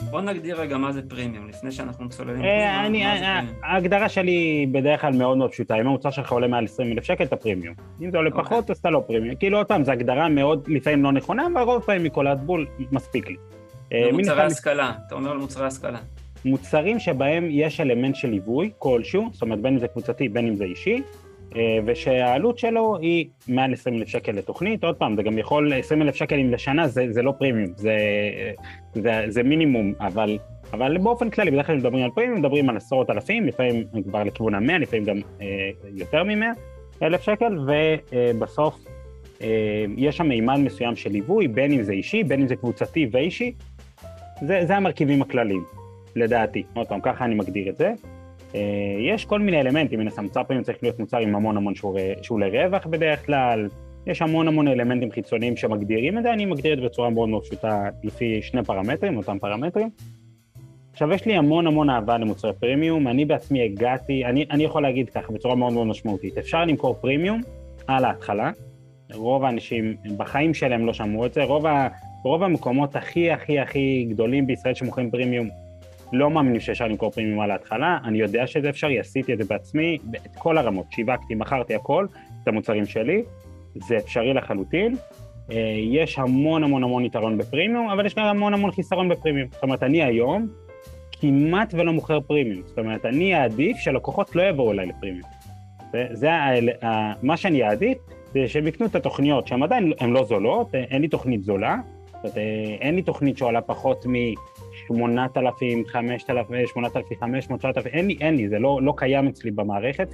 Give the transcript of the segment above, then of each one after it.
בוא נגדיר רגע מה זה פרימיום, לפני שאנחנו צוללים פנימה, מה זה פרימיום? ההגדרה שלי בדרך כלל מאוד מאוד פשוטה, אם המוצר שלך עולה מעל 20,000 שקל, אתה פרימיום. אם זה עולה פחות, אז אתה לא פרימיום. כאילו עוד פעם, זו הגדרה מאוד, לפעמים לא נכונה, אבל רוב פעמים מקולת בול מספיק לי. מוצרי השכלה, אתה אומר על מוצרי השכלה. מוצרים שבהם יש אלמנט של ליווי כלשהו, זאת אומרת בין אם זה קבוצתי, בין אם זה אישי, ושהעלות שלו היא מעל 20,000 שקל לתוכנית. עוד פעם, זה גם יכול, 20,000 שקלים לשנה, זה לא פרימיום, זה מינימום, אבל באופן כללי, בדרך כלל מדברים על פרימיום, מדברים על 10,000, לפעמים כבר לכיוון ה-100, לפעמים גם יותר מ-100,000 שקל, ובסוף יש שם מימד מסוים של ליווי, בין אם זה אישי, בין אם זה קבוצתי ואישי, זה המרכיבים הכלליים, לדעתי. עוד פעם, ככה אני מגדיר את זה. יש כל מיני אלמנטים, מן הסתם, מוצר פרימיום צריך להיות מוצר עם המון שהוא לרווח בדרך כלל, יש המון אלמנטים חיצוניים שמגדירים את זה, אני מגדיר את זה בצורה מאוד מאוד פשוטה לפי שני פרמטרים, אותם פרמטרים. עכשיו, יש לי המון אהבה למוצרי פרימיום, אני בעצמי הגעתי, אני יכול להגיד ככה בצורה מאוד מאוד משמעותית, אפשר למכור פרימיום על ההתחלה, רוב האנשים בחיים שלהם לא שמעו את זה, רוב המקומות הכי גדולים בישראל שמוכרים פרימיום, לא מאמינים שאפשר למכור פרימיום על ההתחלה, אני יודע שזה אפשרי, עשיתי את זה בעצמי, את כל הרמות, שיווקתי, מכרתי הכל, את המוצרים שלי, זה אפשרי לחלוטין, יש המון יתרון בפרימיום, אבל יש גם המון חיסרון בפרימיום, זאת אומרת, אני היום כמעט ולא מוכר פרימיום, זאת אומרת, אני אעדיף שלקוחות לא יבואו אליי לפרימיום, מה שאני אעדיף, זה שהם יקנו את התוכניות, שהן עדיין הן לא זולות, אין לי תוכנית זולה, אין לי תוכנית שעולה פחות מ-8,000, 5,000, 8,500, 9,000, אין לי, זה לא קיים אצלי במערכת.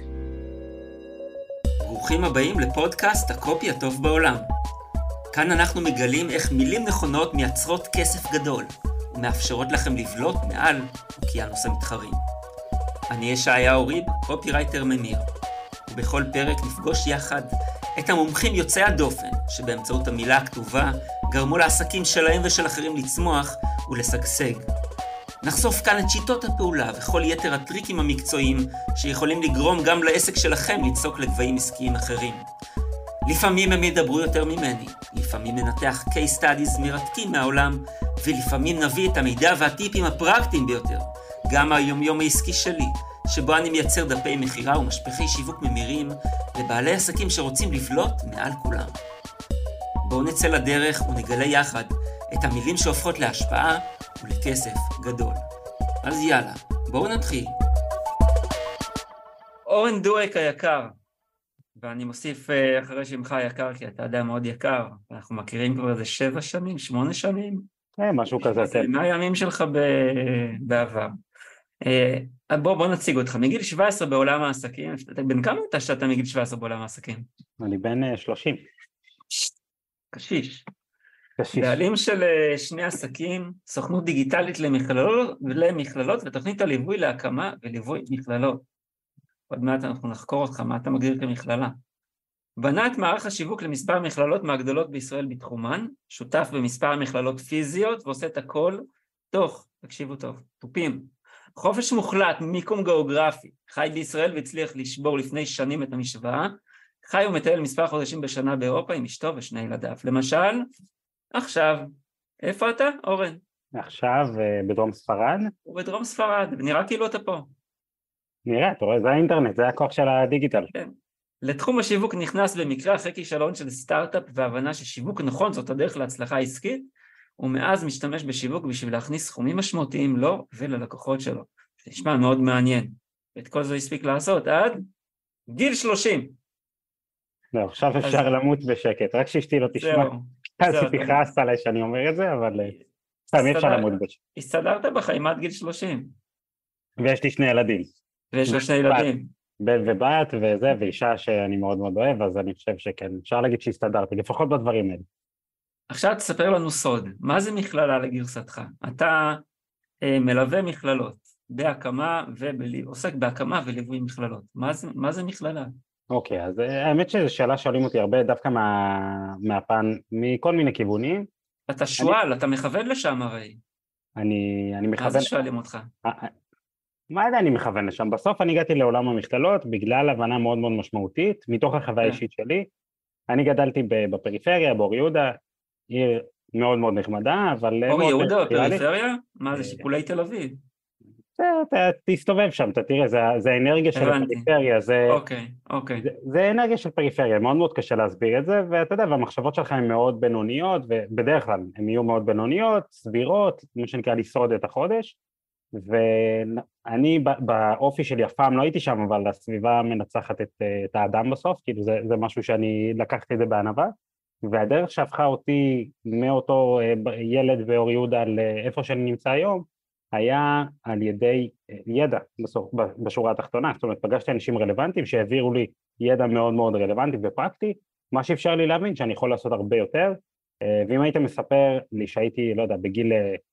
ברוכים הבאים לפודקאסט הקופי הטוב בעולם. כאן אנחנו מגלים איך מילים נכונות מייצרות כסף גדול, ומאפשרות לכם לבלוט מעל אוקיינוס המתחרים. אני ישעיהו ריב, קופירייטר ממיר, ובכל פרק נפגוש יחד את המומחים יוצאי הדופן, שבאמצעות המילה הכתובה גרמו לעסקים שלהם ושל אחרים לצמוח ולשגשג. נחשוף כאן את שיטות הפעולה וכל יתר הטריקים המקצועיים שיכולים לגרום גם לעסק שלכם לצוק לגבהים עסקיים אחרים. לפעמים הם ידברו יותר ממני, לפעמים ננתח case studies מרתקים מהעולם, ולפעמים נביא את המידע והטיפים הפרקטיים ביותר, גם היומיום העסקי שלי, שבו אני מייצר דפי מחירה ומשפחי שיווק ממירים לבעלי עסקים שרוצים לבלוט מעל כולם. בואו נצא לדרך ונגלה יחד את המילים שהופכות להשפעה ולכסף גדול. אז יאללה, בואו נתחיל. אורן דואק היקר, ואני מוסיף אחרי שמך היקר, כי אתה יודע מאוד יקר, אנחנו מכירים כבר איזה 7 שנים, 8 שנים. משהו כזה. זה מהימים שלך בעבר. בוא נציג אותך, מגיל 17 בעולם העסקים, בן כמה אתה שאתה מגיל 17 בעולם העסקים? אני בן 30. קשיש. בעלים של 2 עסקים, סוכנות דיגיטלית למכללות ותוכנית הליווי להקמה וליווי מכללות. עוד מעט אנחנו נחקור אותך, מה אתה מגדיר כמכללה. בנה את מערך השיווק למספר מכללות מהגדולות בישראל בתחומן, שותף במספר מכללות פיזיות ועושה את הכל תוך, תקשיבו טוב, טופים. חופש מוחלט ממיקום גיאוגרפי, חי בישראל והצליח לשבור לפני שנים את המשוואה, חי ומטייל מספר חודשים בשנה באירופה עם אשתו ו2 ילדיו. למשל, עכשיו, איפה אתה, אורן? עכשיו בדרום ספרד. הוא בדרום ספרד, נראה כאילו אתה פה. נראה, אתה רואה, זה האינטרנט, זה הכוח של הדיגיטל. כן. לתחום השיווק נכנס במקרה אחרי כישלון של סטארט-אפ והבנה ששיווק נכון זאת הדרך להצלחה עסקית, ומאז משתמש בשיווק בשביל להכניס סכומים משמעותיים לו וללקוחות שלו. זה נשמע מאוד מעניין. ואת כל זה הספיק לעשות עד גיל 30. לא, עכשיו אפשר למות בשקט, רק שאשתי לא תשמע. אז היא תכעס עליי שאני אומר את זה, אבל סתם אפשר למות בשקט. הסתדרת בחיים עד גיל 30. ויש לי 2 ילדים. ויש לו 2 ילדים. בן ובת וזה, ואישה שאני מאוד מאוד אוהב, אז אני חושב שכן, אפשר להגיד שהסתדרתי, לפחות בדברים האלה. עכשיו תספר לנו סוד, מה זה מכללה לגרסתך? אתה מלווה מכללות בהקמה עוסק בהקמה וליווי מכללות. מה זה מכללה? אוקיי, אז האמת שזו שאלה שואלים אותי הרבה, דווקא מהפן, מכל מיני כיוונים. אתה שואל, אתה מכוון לשם הרי. אני מכוון... מה זה שואלים אותך? מה יודע אני מכוון לשם? בסוף אני הגעתי לעולם המכללות בגלל הבנה מאוד מאוד משמעותית, מתוך החוויה האישית שלי. אני גדלתי בפריפריה, באור יהודה, עיר מאוד מאוד נחמדה, אבל אור מאוד יהודה פריפריאלית. בפריפריה? מה זה, שיפולי תל אביב? תסתובב שם, אתה תראה, זה האנרגיה של הבנתי. הפריפריה, אוקיי, אוקיי. זה אנרגיה של פריפריה, מאוד מאוד קשה להסביר את זה, ואתה יודע, והמחשבות שלך הן מאוד בינוניות, ובדרך כלל הן יהיו מאוד בינוניות, סבירות, מה שנקרא לשרוד את החודש, ואני באופי שלי אף פעם לא הייתי שם, אבל הסביבה מנצחת את האדם בסוף, כאילו זה משהו שאני לקחתי את זה בענווה, והדרך שהפכה אותי מאותו ילד באור יהודה לאיפה שאני נמצא היום, היה על ידי ידע בסוף, בשורה התחתונה, זאת אומרת פגשתי אנשים רלוונטיים שהעבירו לי ידע מאוד מאוד רלוונטי ופרקטי, מה שאפשר לי להבין שאני יכול לעשות הרבה יותר, ואם היית מספר לי שהייתי, לא יודע, בגיל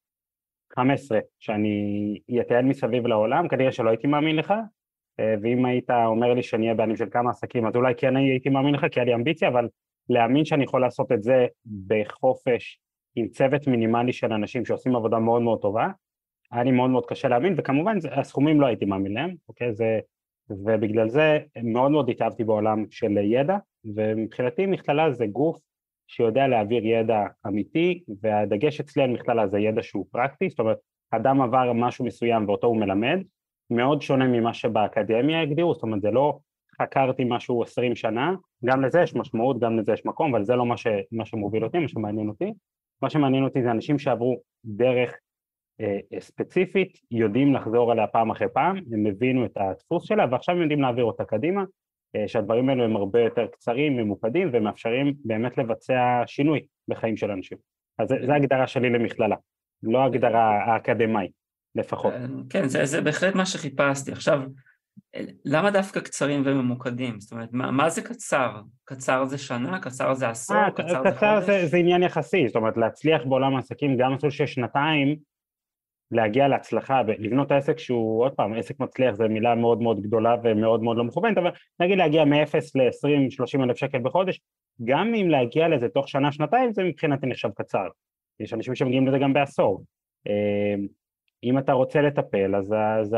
15, שאני אטייל מסביב לעולם, כנראה שלא הייתי מאמין לך, ואם היית אומר לי שאני אהיה בעלים של כמה עסקים, אז אולי כן הייתי מאמין לך, כי היה לי אמביציה, אבל להאמין שאני יכול לעשות את זה בחופש, עם צוות מינימלי של אנשים שעושים עבודה מאוד מאוד טובה, היה לי מאוד מאוד קשה להאמין, וכמובן הסכומים לא הייתי מאמין להם, אוקיי? ובגלל זה מאוד מאוד התאהבתי בעולם של ידע, ומבחינתי מכללה זה גוף שיודע להעביר ידע אמיתי, והדגש אצלי על מכללה זה ידע שהוא פרקטי, זאת אומרת, אדם עבר משהו מסוים ואותו הוא מלמד, מאוד שונה ממה שבאקדמיה הגדירו, זאת אומרת, זה לא חקרתי משהו 20 שנה, גם לזה יש משמעות, גם לזה יש מקום, אבל זה לא מה שמוביל אותי, מה שמעניין אותי. מה שמעניין אותי זה אנשים שעברו דרך ספציפית, יודעים לחזור עליה פעם אחרי פעם, הם הבינו את הדפוס שלה, ועכשיו הם יודעים להעביר אותה קדימה, שהדברים האלו הם הרבה יותר קצרים, ממוקדים, ומאפשרים באמת לבצע שינוי בחיים של אנשים. אז זה ההגדרה שלי למכללה, לא ההגדרה האקדמית, לפחות. כן, זה בהחלט מה שחיפשתי. עכשיו, למה דווקא קצרים וממוקדים? זאת אומרת, מה זה קצר? קצר זה שנה? קצר זה עשור? קצר זה קצר חודש? זה עניין יחסי, זאת אומרת, להצליח בעולם העסקים, גם מסלול של שנתיים, להגיע להצלחה ולבנות עסק שהוא, עוד פעם, עסק מצליח זה מילה מאוד מאוד גדולה ומאוד מאוד לא מכוונת, אבל נגיד להגיע מ-0 ל-20-30 אלף שקל בחודש, גם אם להגיע לזה תוך שנה, שנתיים, זה מבחינתי נחשב קצר. יש אנשים שמגיעים לזה גם בעשור. אם אתה רוצה לטפל, אז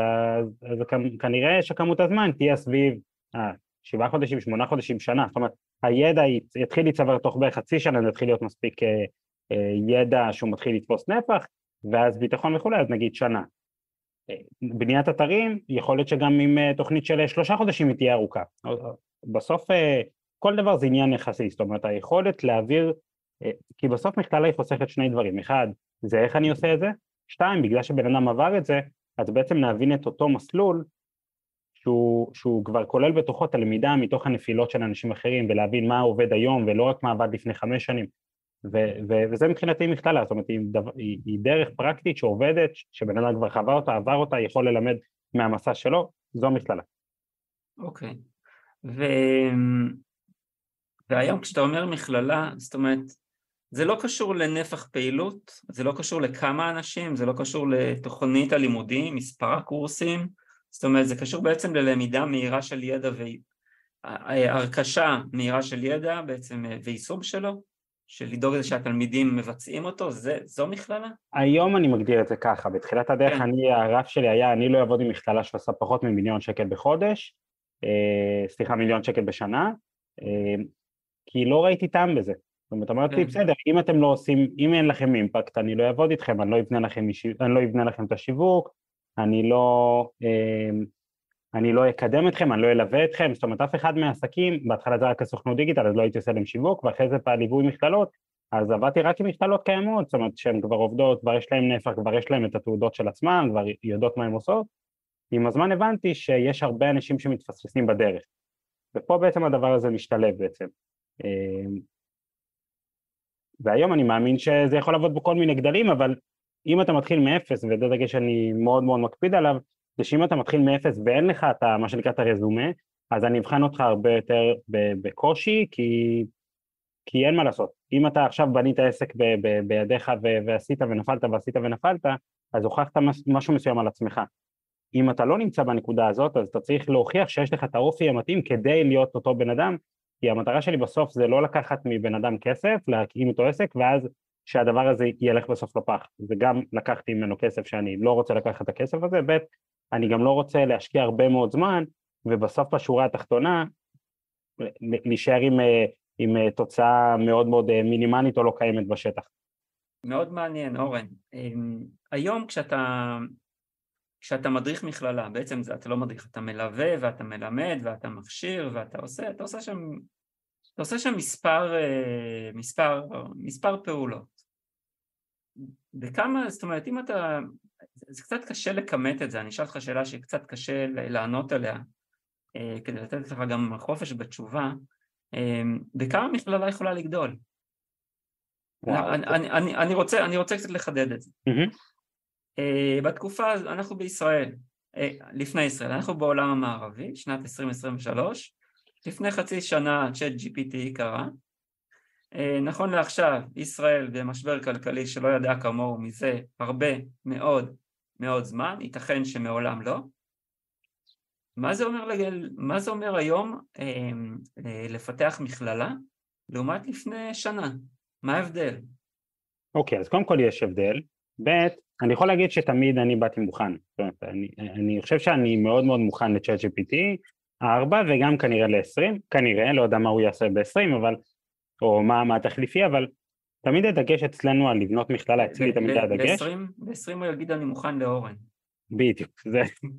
כנראה שכמות הזמן תהיה סביב 7 חודשים, 8 חודשים, שנה. זאת אומרת, הידע יתחיל להצטבר תוך בערך חצי שנה, זה יתחיל להיות מספיק ידע שהוא מתחיל לתפוס נפח, ואז ביטחון וכולי, אז נגיד שנה. בניית אתרים, יכול להיות שגם עם תוכנית של 3 חודשים היא תהיה ארוכה. בסוף, כל דבר זה עניין יחסי, זאת אומרת, היכולת להעביר, כי בסוף מכללה היא חוסכת שני דברים. אחד, זה איך אני עושה את זה. 2, בגלל שבן אדם עבר את זה, אז בעצם להבין את אותו מסלול, שהוא כבר כולל בתוכו את הלמידה מתוך הנפילות של אנשים אחרים, ולהבין מה עובד היום, ולא רק מה עבד לפני 5 שנים. וזה מבחינתי מכללה, זאת אומרת, היא דרך פרקטית שעובדת, שבן אדם כבר חווה אותה, עבר אותה, יכול ללמד מהמסע שלו, זו מכללה. אוקיי. והיום כשאתה אומר מכללה, זאת אומרת, זה לא קשור לנפח פעילות, זה לא קשור לכמה אנשים, זה לא קשור לתוכנית הלימודים, מספר הקורסים, זאת אומרת, זה קשור בעצם ללמידה מהירה של ידע והרכשה מהירה של ידע בעצם ויישום שלו, של לדאוג לזה שהתלמידים מבצעים אותו, זו מכללה? היום אני מגדיר את זה ככה, בתחילת הדרך הרף שלי היה, אני לא אעבוד עם מכללה שעושה פחות מ1,000,000 שקל בחודש, סליחה, 1,000,000 שקל בשנה, כי לא ראיתי טעם בזה. זאת אומרת, אמרתי, בסדר, אם אתם לא עושים, אם אין לכם אימפקט, אני לא אעבוד איתכם, אני לא אבנה לכם את השיווק, אני לא אקדם אתכם, אני לא אלווה אתכם, זאת אומרת, אף אחד מהעסקים, בהתחלה זה רק הסוכנות דיגיטל, אז לא הייתי עושה להם שיווק, ואחרי זה ליווי מכללות, אז עבדתי רק עם מכללות קיימות, זאת אומרת, שהן כבר עובדות, כבר יש להם נפח, כבר יש להם את התעודות של עצמם, כבר יודעות מה הם עושות, עם הזמן הבנתי שיש הרבה אנשים שמתפספסים בדרך, ופה בעצם הדבר הזה משתלב בעצם. והיום אני מאמין שזה יכול לעבוד בכל מיני גדלים, אבל אם אתה מתחיל מאפס, וזה דגש שאני מאוד מאוד מקפיד עליו, זה שאם אתה מתחיל מאפס ואין לך את מה שנקרא את הרזומה, אז אני אבחן אותך הרבה יותר בקושי, כי אין מה לעשות. אם אתה עכשיו בנית עסק בידיך ועשית ונפלת, אז הוכחת משהו מסוים על עצמך. אם אתה לא נמצא בנקודה הזאת, אז אתה צריך להוכיח שיש לך את האופי המתאים כדי להיות אותו בן אדם, כי המטרה שלי בסוף זה לא לקחת מבן אדם כסף, להקים איתו עסק, ואז שהדבר הזה ילך בסוף לפח. זה גם לקחתי ממנו כסף שאני לא רוצה לקחת את הכסף הזה, ב' אני גם לא רוצה להשקיע הרבה מאוד זמן, ובסוף בשורה התחתונה, להישאר עם תוצאה מאוד מאוד מינימלית או לא קיימת בשטח. מאוד מעניין, אורן. היום כשאתה מדריך מכללה, בעצם אתה לא מדריך, אתה מלווה ואתה מלמד ואתה מכשיר ואתה עושה שם מספר פעולות. בכמה, זאת אומרת, אם אתה, זה קצת קשה לכמת את זה, אני אשאל לך שאלה שקצת קשה לענות עליה, כדי לתת לך גם חופש בתשובה, בכמה מכללה יכולה לגדול? אני רוצה קצת לחדד את זה. בתקופה, אנחנו בישראל, לפני ישראל, אנחנו בעולם המערבי, שנת 2023, לפני חצי שנה ChatGPT קרה, נכון לעכשיו, ישראל במשבר כלכלי שלא ידע כמוהו מזה הרבה מאוד מאוד זמן, ייתכן שמעולם לא. מה זה אומר היום לפתח מכללה לעומת לפני שנה? מה ההבדל? אוקיי, אז קודם כל יש הבדל. ב', אני יכול להגיד שתמיד אני באתי מוכן. זאת אומרת, אני חושב שאני מאוד מאוד מוכן ל-ChatGPT 4 וגם כנראה ל-20, כנראה, לא יודע מה הוא יעשה ב-20, אבל, או מה התחליפי, אבל תמיד הדגש אצלנו על לבנות מכללה, אצלי תמיד הדגש. ב-20 הוא יגיד אני מוכן לאורן. בדיוק, זה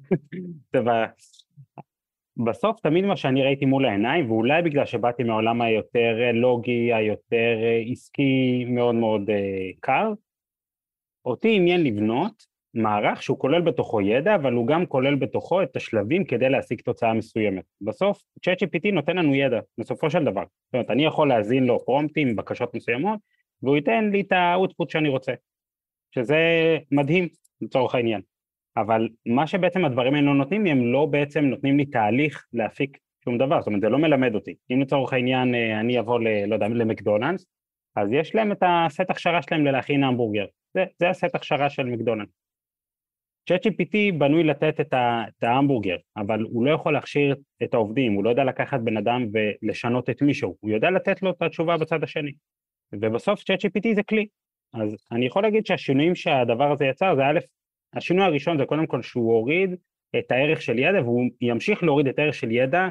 בסוף תמיד מה שאני ראיתי מול העיניים, ואולי בגלל שבאתי מהעולם היותר לוגי, היותר עסקי, מאוד מאוד קר, אותי עניין לבנות מערך שהוא כולל בתוכו ידע, אבל הוא גם כולל בתוכו את השלבים כדי להשיג תוצאה מסוימת. בסוף, ChatGPT נותן לנו ידע, בסופו של דבר. זאת אומרת, אני יכול להזין לו פרומפטים, בקשות מסוימות, והוא ייתן לי את האוטפוט שאני רוצה, שזה מדהים לצורך העניין. אבל מה שבעצם הדברים האלה נותנים לי, הם לא בעצם נותנים לי תהליך להפיק שום דבר, זאת אומרת, זה לא מלמד אותי. אם לצורך העניין אני אבוא לא יודע, למקדונלדס, אז יש להם את הסט הכשרה שלהם ללהכין המבורגר. זה הסט הכשרה של מקדונלדס. ChatGPT בנוי לתת את ההמבורגר, אבל הוא לא יכול להכשיר את העובדים, הוא לא יודע לקחת בן אדם ולשנות את מישהו, הוא יודע לתת לו את התשובה בצד השני. ובסוף ChatGPT זה כלי. אז אני יכול להגיד שהשינויים שהדבר הזה יצר, זה א', השינוי הראשון זה קודם כל שהוא הוריד את הערך של ידע, והוא ימשיך להוריד את הערך של ידע,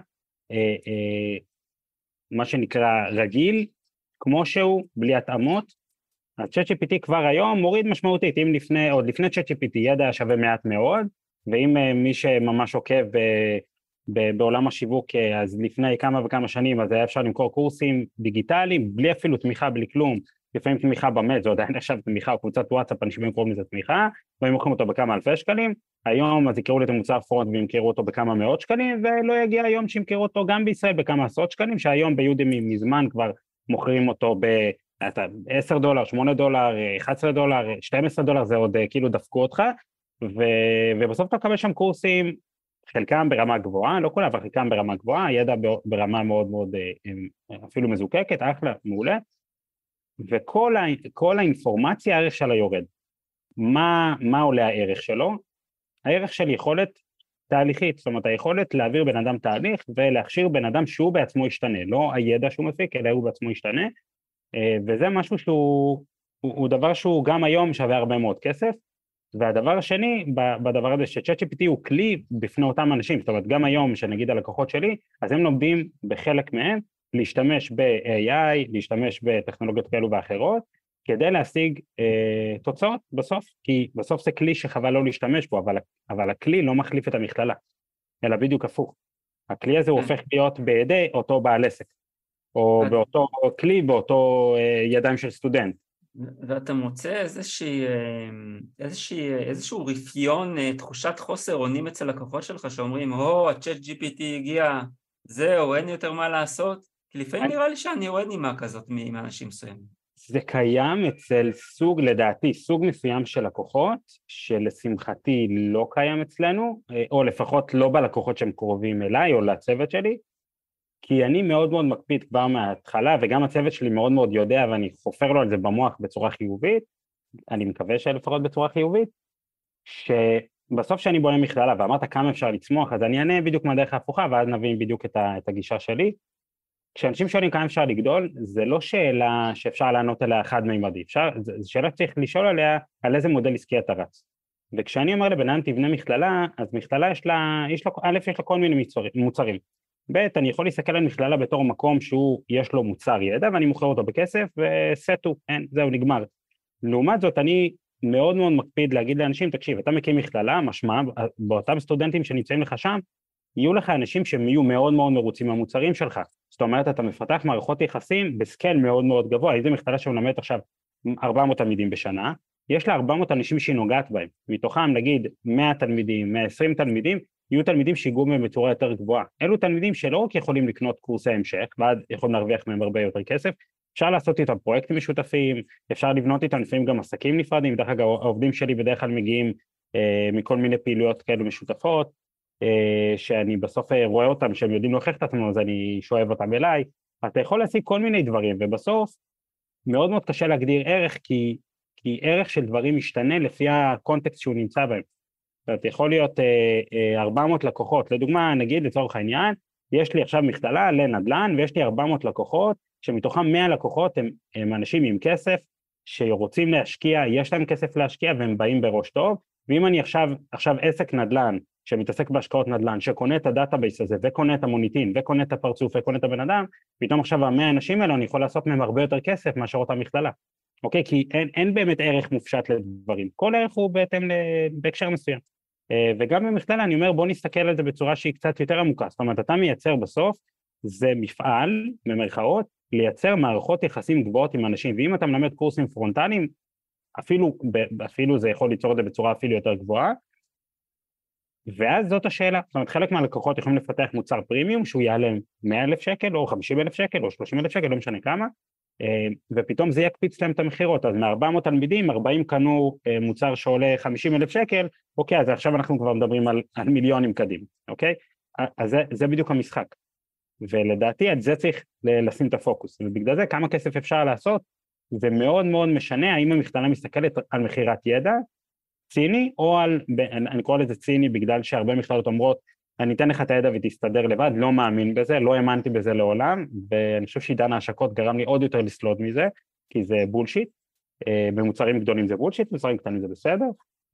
מה שנקרא רגיל, כמו שהוא, בלי התאמות. אז ChatGPT כבר היום מוריד משמעותית, אם עוד לפני ChatGPT ידע שווה מעט מאוד, ואם מי שממש עוקב בעולם השיווק, אז לפני כמה וכמה שנים, אז היה אפשר למכור קורסים דיגיטליים, בלי אפילו תמיכה, בלי כלום, לפעמים תמיכה במייל, זה עדיין עכשיו תמיכה או קבוצת וואטסאפ, אנשים קוראים לזה תמיכה, והם מוכרים אותו בכמה אלפי שקלים, היום אז יקראו לי את המוצר פרונט וימכרו אותו בכמה מאות שקלים, ולא יגיע היום שימכרו אותו גם בישראל בכמה עשרות שקלים, שהיום ביודמי מזמן כבר מוכרים אותו $10, $8, $11, $12, זה עוד כאילו דפקו אותך, ובסוף אתה מקבל שם קורסים, חלקם ברמה גבוהה, לא כולה, אבל חלקם ברמה גבוהה, ידע ברמה מאוד מאוד אפילו מזוקקת, אחלה, מעולה, וכל האינפורמציה, הערך שלה יורד. מה עולה הערך שלו? הערך של יכולת תהליכית, זאת אומרת, היכולת להעביר בן אדם תהליך, ולהכשיר בן אדם שהוא בעצמו ישתנה, לא הידע שהוא מפיק, אלא הוא בעצמו ישתנה, וזה משהו שהוא דבר שהוא גם היום שווה הרבה מאוד כסף, והדבר השני, בדבר הזה, ש-ChatGPT הוא כלי בפני אותם אנשים, זאת אומרת, גם היום, שנגיד הלקוחות שלי, אז הם לומדים בחלק מהם, להשתמש ב-AI, להשתמש בטכנולוגיות כאלו ואחרות, כדי להשיג תוצאות בסוף, כי בסוף זה כלי שחבל לא להשתמש בו, אבל הכלי לא מחליף את המכללה, אלא בדיוק הפוך. הכלי הזה הוא הופך להיות בידי אותו בעל עסק, או באותו כלי, באותו ידיים של סטודנט. ואתה מוצא איזשהו רפיון, תחושת חוסר אונים אצל לקוחות שלך, שאומרים, ה-Chat GPT הגיע, זהו, אין יותר מה לעשות, כי לפעמים נראה לי שאני רואה נימה כזאת מאנשים מסוימים. זה קיים אצל לדעתי, סוג מסוים של לקוחות, שלשמחתי לא קיים אצלנו, או לפחות לא בלקוחות שהם קרובים אליי, או לצוות שלי, כי אני מאוד מאוד מקפיד כבר מההתחלה, וגם הצוות שלי מאוד מאוד יודע, ואני חופר לו על זה במוח בצורה חיובית, אני מקווה שלפחות בצורה חיובית, שבסוף שאני בונה מכללה, ואמרת כמה אפשר לצמוח, אז אני אענה בדיוק מהדרך ההפוכה, ואז נבין בדיוק את הגישה שלי. כשאנשים שואלים כמה אפשר לגדול, זה לא שאלה שאפשר לענות עליה חד-מימדי, זו שאלה שצריך לשאול עליה, על איזה מודל עסקי אתה רץ. וכשאני אומר לבן אדם תבנה מכללה, אז מכללה יש לה כל מיני מוצרים. ב', אני יכול להסתכל על מכללה בתור מקום שהוא, יש לו מוצר ידע, ואני מוכר אותו בכסף, וסטו, זהו, נגמר. לעומת זאת, אני מאוד מאוד מקפיד להגיד לאנשים, תקשיב, אתה מקים מכללה, משמע, באותם סטודנטים שנמצאים לך שם, יהיו לך אנשים שהם יהיו מאוד מאוד מרוצים מהמוצרים שלך. זאת אומרת, אתה מפתח מערכות יחסים בסקייל מאוד מאוד גבוה. איזה מכללה שמלמדת עכשיו 400 תלמידים בשנה, יש לה 400 אנשים שהיא נוגעת בהם. מתוכם, נגיד, 100 תלמידים, 120 תלמידים, יהיו תלמידים שיגעו מהם בצורה יותר גבוהה. אלו תלמידים שלא רק יכולים לקנות קורסי המשך, ועד יכולים להרוויח מהם הרבה יותר כסף, אפשר לעשות איתם פרויקטים משותפים, אפשר לבנות איתם לפעמים גם עסקים נפרדים. דרך אגב, העובדים שלי בדרך כלל מגיעים מכל מיני פעילויות כאלו משותפות, שאני בסוף רואה אותם, שהם יודעים להוכיח את עצמם, אז אני שואב אותם אליי. אתה יכול להשיג כל מיני דברים, ובסוף מאוד מאוד קשה להגדיר ערך, כי ערך של דברים משתנה לפי הקונטקסט שהוא נמצא בהם. זאת אומרת, יכול להיות 400 לקוחות, לדוגמה, נגיד לצורך העניין, יש לי עכשיו מכללה לנדל"ן, ויש לי 400 לקוחות, שמתוכם 100 לקוחות הם אנשים עם כסף, שרוצים להשקיע, יש להם כסף להשקיע, והם באים בראש טוב, ואם אני עכשיו עסק נדל"ן, שמתעסק בהשקעות נדל"ן, שקונה את הדאטאבייס הזה, וקונה את המוניטין, וקונה את הפרצוף, וקונה את הבן אדם, פתאום עכשיו 100 האנשים האלה, אני יכול לעשות מהם הרבה יותר כסף מאשר אותה מכללה. אוקיי? כי אין באמת ערך מופשט לדברים. כל ערך הוא בהקשר מסוים. וגם במכללה אני אומר, בוא נסתכל על זה בצורה שהיא קצת יותר עמוקה. זאת אומרת, אתה מייצר בסוף, זה מפעל, במרכאות, לייצר מערכות יחסים גבוהות עם אנשים, ואם אתה מלמד קורסים פרונטליים, אפילו זה יכול ליצור את זה בצורה אפילו יותר גבוהה, ואז זאת השאלה. זאת אומרת, חלק מהלקוחות יכולים לפתח מוצר פרימיום, שהוא יעלה 100,000 שקל, או 50,000 שקל, או 30,000 שקל, לא משנה כמה, ופתאום זה יקפיץ להם את המחירות. אז מ-400 תלמידים, 40 קנו מוצר שעולה 50,000 שקל, אוקיי, אז עכשיו אנחנו כבר מדברים על מיליונים קדימה, אוקיי? אז זה בדיוק המשחק. ולדעתי, את זה צריך לשים את הפוקוס. ובגלל זה, כמה כסף אפשר לעשות, זה מאוד מאוד משנה, האם המכללה מסתכלת על מחירת ידע, ציני, או אני קורא לזה ציני, בגלל שהרבה מכללות אומרות, אני אתן לך את הידע ותסתדר לבד, לא מאמין בזה, לא האמנתי בזה לעולם, ואני חושב שעידן ההשקות גרם לי עוד יותר לסלוד מזה, כי זה בולשיט, במוצרים גדולים זה בולשיט, במוצרים קטנים זה בסדר,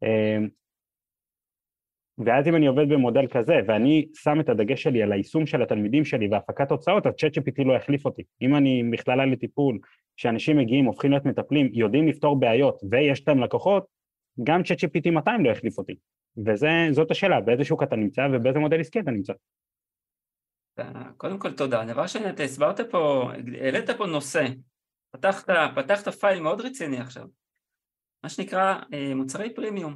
ואז אם אני עובד במודל כזה, ואני שם את הדגש שלי על היישום של התלמידים שלי והפקת תוצאות, אז ChatGPT לא יחליף אותי. אם אני מכללה לטיפול, שאנשים מגיעים, הופכים להיות מטפלים, יודעים לפתור בעיות, ויש להם לקוחות, גם ChatGPT 200 לא יחליף אותי. וזאת השאלה, באיזה שוק אתה נמצא ובאיזה מודל עסקי אתה נמצא. קודם כל תודה. דבר שני, אתה הסברת פה, העלית פה נושא, פתחת פייל מאוד רציני עכשיו, מה שנקרא מוצרי פרימיום.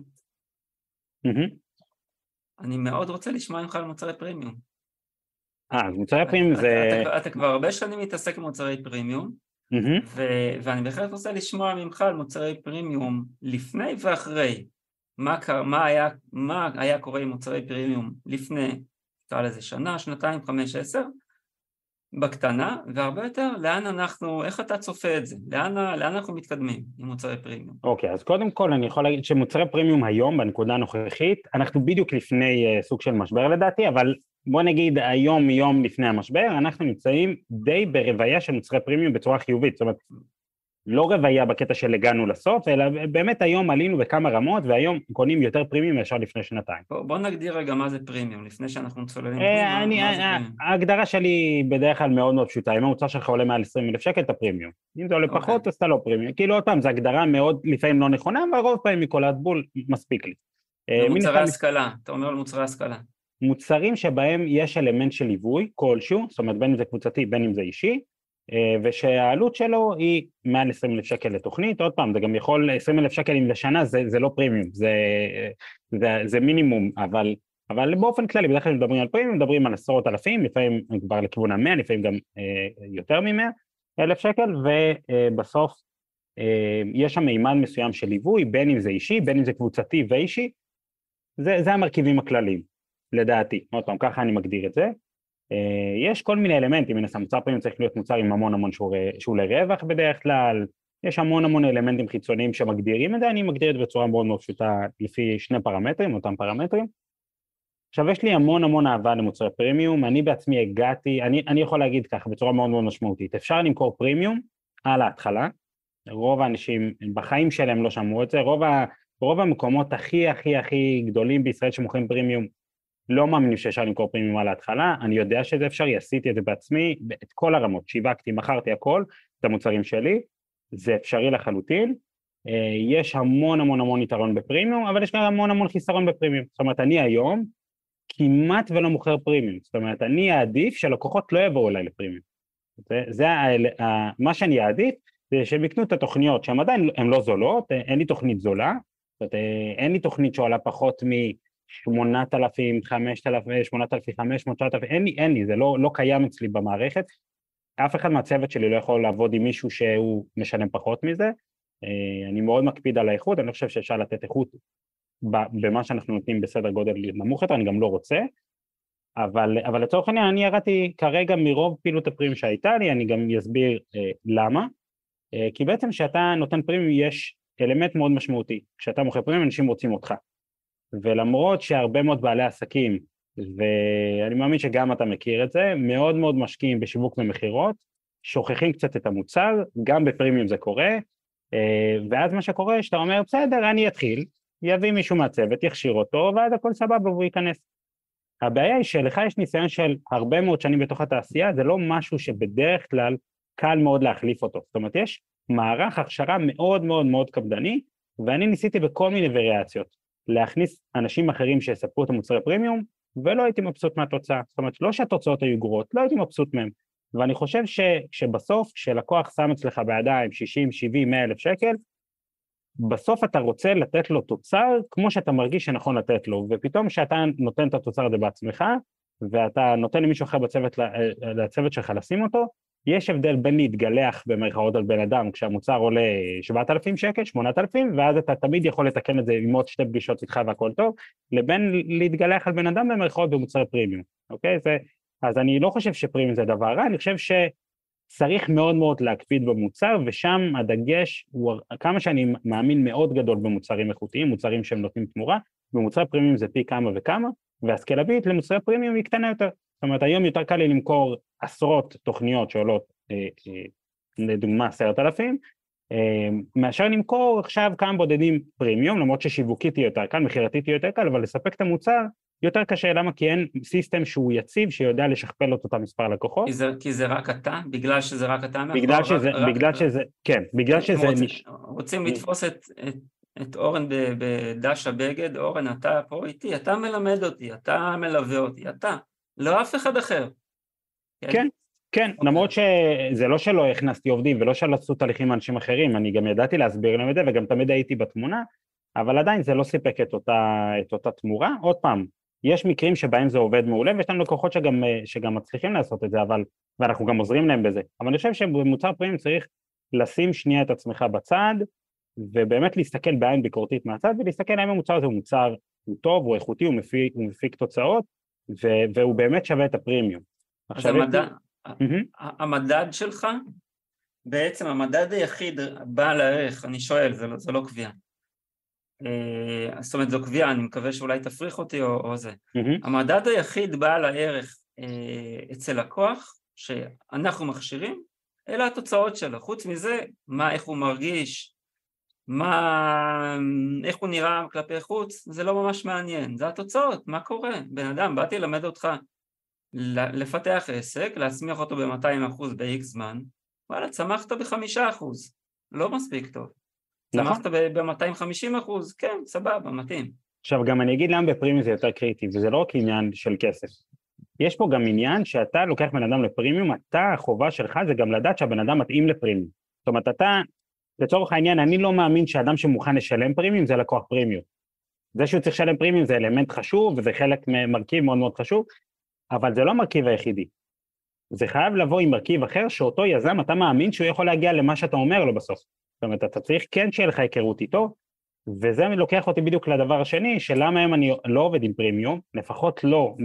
אני מאוד רוצה לשמוע ממך על מוצרי פרימיום. אז מוצרי פרימיום זה... אתה כבר הרבה שנים מתעסק במוצרי פרימיום, ואני בהחלט רוצה לשמוע ממך על מוצרי פרימיום לפני ואחרי. מה היה קורה עם מוצרי פרימיום לפני, נקרא לזה שנה, שנתיים, 5, 10, בקטנה, והרבה יותר, איך אתה צופה את זה? לאן אנחנו מתקדמים עם מוצרי פרימיום? אוקיי, אז קודם כל אני יכול להגיד שמוצרי פרימיום היום, בנקודה הנוכחית, אנחנו בדיוק לפני סוג של משבר לדעתי, אבל בוא נגיד היום יום לפני המשבר, אנחנו נמצאים די ברוויה של מוצרי פרימיום בצורה חיובית, זאת אומרת, לא רוויה בקטע של הגענו לסוף, אלא באמת היום עלינו בכמה רמות, והיום קונים יותר פרימיום מאשר לפני שנתיים. בוא נגדיר רגע מה זה פרימיום, לפני שאנחנו צוללים פרימיום, מה זה פרימיום? ההגדרה שלי בדרך כלל מאוד מאוד פשוטה, אם המוצר שלך עולה מעל 20,000 שקל, אתה פרימיום. אם זה עולה פחות, אז אתה לא פרימיום. כאילו עוד פעם, זו הגדרה מאוד לפעמים לא נכונה, אבל רוב פעמים מקולת בול מספיק לי. מוצרי השכלה, אתה אומר על מוצרי השכלה. מוצרים שבהם יש אלמנט של ליווי כלשהו, זאת אומרת בין אם זה קבוצתי, בין אם זה אישי, ושהעלות שלו היא מעל 20,000 שקל לתוכנית. עוד פעם, זה גם יכול 20,000 שקלים לשנה, זה לא פרימיום, זה מינימום, אבל באופן כללי, בדרך כלל מדברים על פרימיום, מדברים על 10,000, לפעמים כבר לכיוון ה-100, לפעמים גם יותר מ-100,000 שקל, ובסוף יש שם מימד מסוים של ליווי, בין אם זה אישי, בין אם זה קבוצתי ואישי, זה המרכיבים הכלליים, לדעתי. עוד פעם, ככה אני מגדיר את זה. יש כל מיני אלמנטים, מן הסתם, מוצר פרימיום צריך להיות מוצר עם המון שהוא לרווח בדרך כלל, יש המון אלמנטים חיצוניים שמגדירים את זה, אני מגדיר את זה בצורה מאוד מאוד פשוטה לפי שני פרמטרים, אותם פרמטרים. עכשיו יש לי המון אהבה למוצרי פרימיום, אני בעצמי הגעתי, אני יכול להגיד ככה בצורה מאוד מאוד משמעותית, אפשר למכור פרימיום על ההתחלה, רוב האנשים בחיים שלהם לא שמעו את זה, רוב המקומות הכי גדולים בישראל שמוכרים פרימיום, לא מאמינים שאפשר למכור פרימיום על ההתחלה, אני יודע שזה אפשרי, עשיתי את זה בעצמי, את כל הרמות, שיווקתי, מכרתי הכל, את המוצרים שלי, זה אפשרי לחלוטין, יש המון המון המון יתרון בפרימיום, אבל יש גם המון המון חיסרון בפרימיום. זאת אומרת, אני היום כמעט ולא מוכר פרימיום. זאת אומרת, אני אעדיף שלקוחות לא יבואו אליי לפרימיום. מה שאני אעדיף, זה שהם יקנו את התוכניות, שהן עדיין הן לא זולות, אין לי תוכנית זולה, זאת אומרת, אין לי תוכנית שעולה פחות מ-8,000, 5,000, 8,500, 9,000, אין לי, זה לא קיים אצלי במערכת, אף אחד מהצוות שלי לא יכול לעבוד עם מישהו שהוא משלם פחות מזה, אני מאוד מקפיד על האיכות, אני לא חושב שאפשר לתת איכות במה שאנחנו נותנים בסדר גודל נמוך יותר, אני גם לא רוצה, אבל לצורך העניין אני ירדתי כרגע מרוב פעילות הפרימיום שהייתה לי, אני גם אסביר למה, כי בעצם כשאתה נותן פרימיום יש אלמנט מאוד משמעותי, כשאתה מוכר פרימיום אנשים רוצים אותך, ולמרות שהרבה מאוד בעלי עסקים, ואני מאמין שגם אתה מכיר את זה, מאוד מאוד משקיעים בשיווק ומחירות, שוכחים קצת את המוצר, גם בפרימיום זה קורה, ואז מה שקורה שאתה אומר בסדר אני אתחיל, יביא מישהו מהצוות, יכשיר אותו, ואז הכל סבבה והוא ייכנס. הבעיה היא שלך יש ניסיון של הרבה מאוד שנים בתוך התעשייה, זה לא משהו שבדרך כלל קל מאוד להחליף אותו. זאת אומרת, יש מערך הכשרה מאוד מאוד מאוד קפדני, ואני ניסיתי בכל מיני וריאציות, להכניס אנשים אחרים שיספרו את המוצרי פרימיום, ולא הייתי מבסוט מהתוצאה. זאת אומרת, לא שהתוצאות היו גרועות, לא הייתי מבסוט מהם. ואני חושב שבסוף, כשלקוח שם אצלך בידיים 60, 70, 100 אלף שקל, בסוף אתה רוצה לתת לו תוצר כמו שאתה מרגיש שנכון לתת לו, ופתאום שאתה נותן את התוצר הזה בעצמך, ואתה נותן למישהו אחר לצוות שלך לשים אותו, יש הבדל בין להתגלח במרכאות על בן אדם, כשהמוצר עולה 7,000 שקל, 8,000, ואז אתה תמיד יכול לתקן את זה עם עוד 2 פגישות איתך והכל טוב, לבין להתגלח על בן אדם במרכאות במוצר פרימיום, אוקיי? אז אני לא חושב שפרימיום זה דבר רע, אני חושב צריך מאוד מאוד להקפיד במוצר, ושם הדגש הוא, כמה שאני מאמין מאוד גדול במוצרים איכותיים, מוצרים שהם נותנים תמורה, במוצר פרימיום זה פי כמה וכמה, והסקלביליות למוצרי פרימיום היא קטנה יותר. זאת אומרת, היום יותר קל לי למכור עשרות תוכניות שעולות, לדוגמה 10,000, מאשר למכור עכשיו כמה בודדים פרימיום, למרות ששיווקית היא יותר קל, מחירתית היא יותר קל, אבל לספק את המוצר יותר קשה, למה? כי אין סיסטם שהוא יציב, שיודע לשכפל את אותה מספר לקוחות. כי זה רק אתה? בגלל שזה רק אתה? בגלל שזה... רוצים לתפוס את אורן בדש הבגד, אורן אתה פה איתי, אתה מלמד אותי, אתה מלווה אותי, אתה, לא אף אחד אחר. כן, למרות שזה לא שלא הכנסתי עובדים, ולא שלעשו תהליכים מאנשים אחרים, אני גם ידעתי להסביר להם את זה, וגם תמיד הייתי בתמונה, אבל עדיין זה לא סיפק את אותה תמורה. עוד פעם, יש מקרים שבהם זה עובד מעולה, ויש לנו לקוחות שגם מצליחים לעשות את זה, ואנחנו גם עוזרים להם בזה. אבל אני חושב שבמוצר פרימיום צריך לשים שנייה את עצמך בצד, ובאמת להסתכל בעין ביקורתית מהצד, ולהסתכל האם המוצר הזה הוא מוצר, הוא טוב, הוא איכותי, הוא מפיק תוצאות, והוא באמת שווה את הפרימיום. אז המדד שלך, בעצם המדד היחיד בעל הערך, אני שואל, זה לא קביעה. זאת אומרת, זו קביעה, אני מקווה שאולי תפריך אותי או זה. המדד היחיד בעל הערך אצל לקוח, שאנחנו מכשירים, אלה התוצאות שלו. חוץ מזה, איך הוא מרגיש, איך הוא נראה כלפי חוץ, זה לא ממש מעניין. זה התוצאות, מה קורה? בן אדם, באתי ללמד אותך לפתח עסק, להצמיח אותו ב-200% ב-X זמן, וואלה, צמחת ב-5%, לא מספיק טוב. צמחת ב-250%, כן, סבבה, מתאים. עכשיו, גם אני אגיד למה בפרימיום זה יותר קריטי, וזה לא רק עניין של כסף. יש פה גם עניין שאתה לוקח בן אדם לפרימיום, החובה שלך זה גם לדעת שהבן אדם מתאים לפרימיום. זאת אומרת, לצורך העניין, אני לא מאמין שאדם שמוכן לשלם פרימיום זה לקוח פרימיום. זה שהוא צריך לשלם פרימיום זה אלמנט חשוב, וזה חלק ממרכיב מאוד מאוד חשוב, אבל זה לא המרכיב היחידי. זה חייב לבוא עם מרכיב אחר, שאותו יזם אתה מאמין שהוא יכול להגיע למה שאתה אומר לו בסוף. זאת אומרת, אתה צריך כן שיהיה לך היכרות איתו, וזה לוקח אותי בדיוק לדבר השני, שלמה היום אני לא עובד עם פרימיום, לפחות לא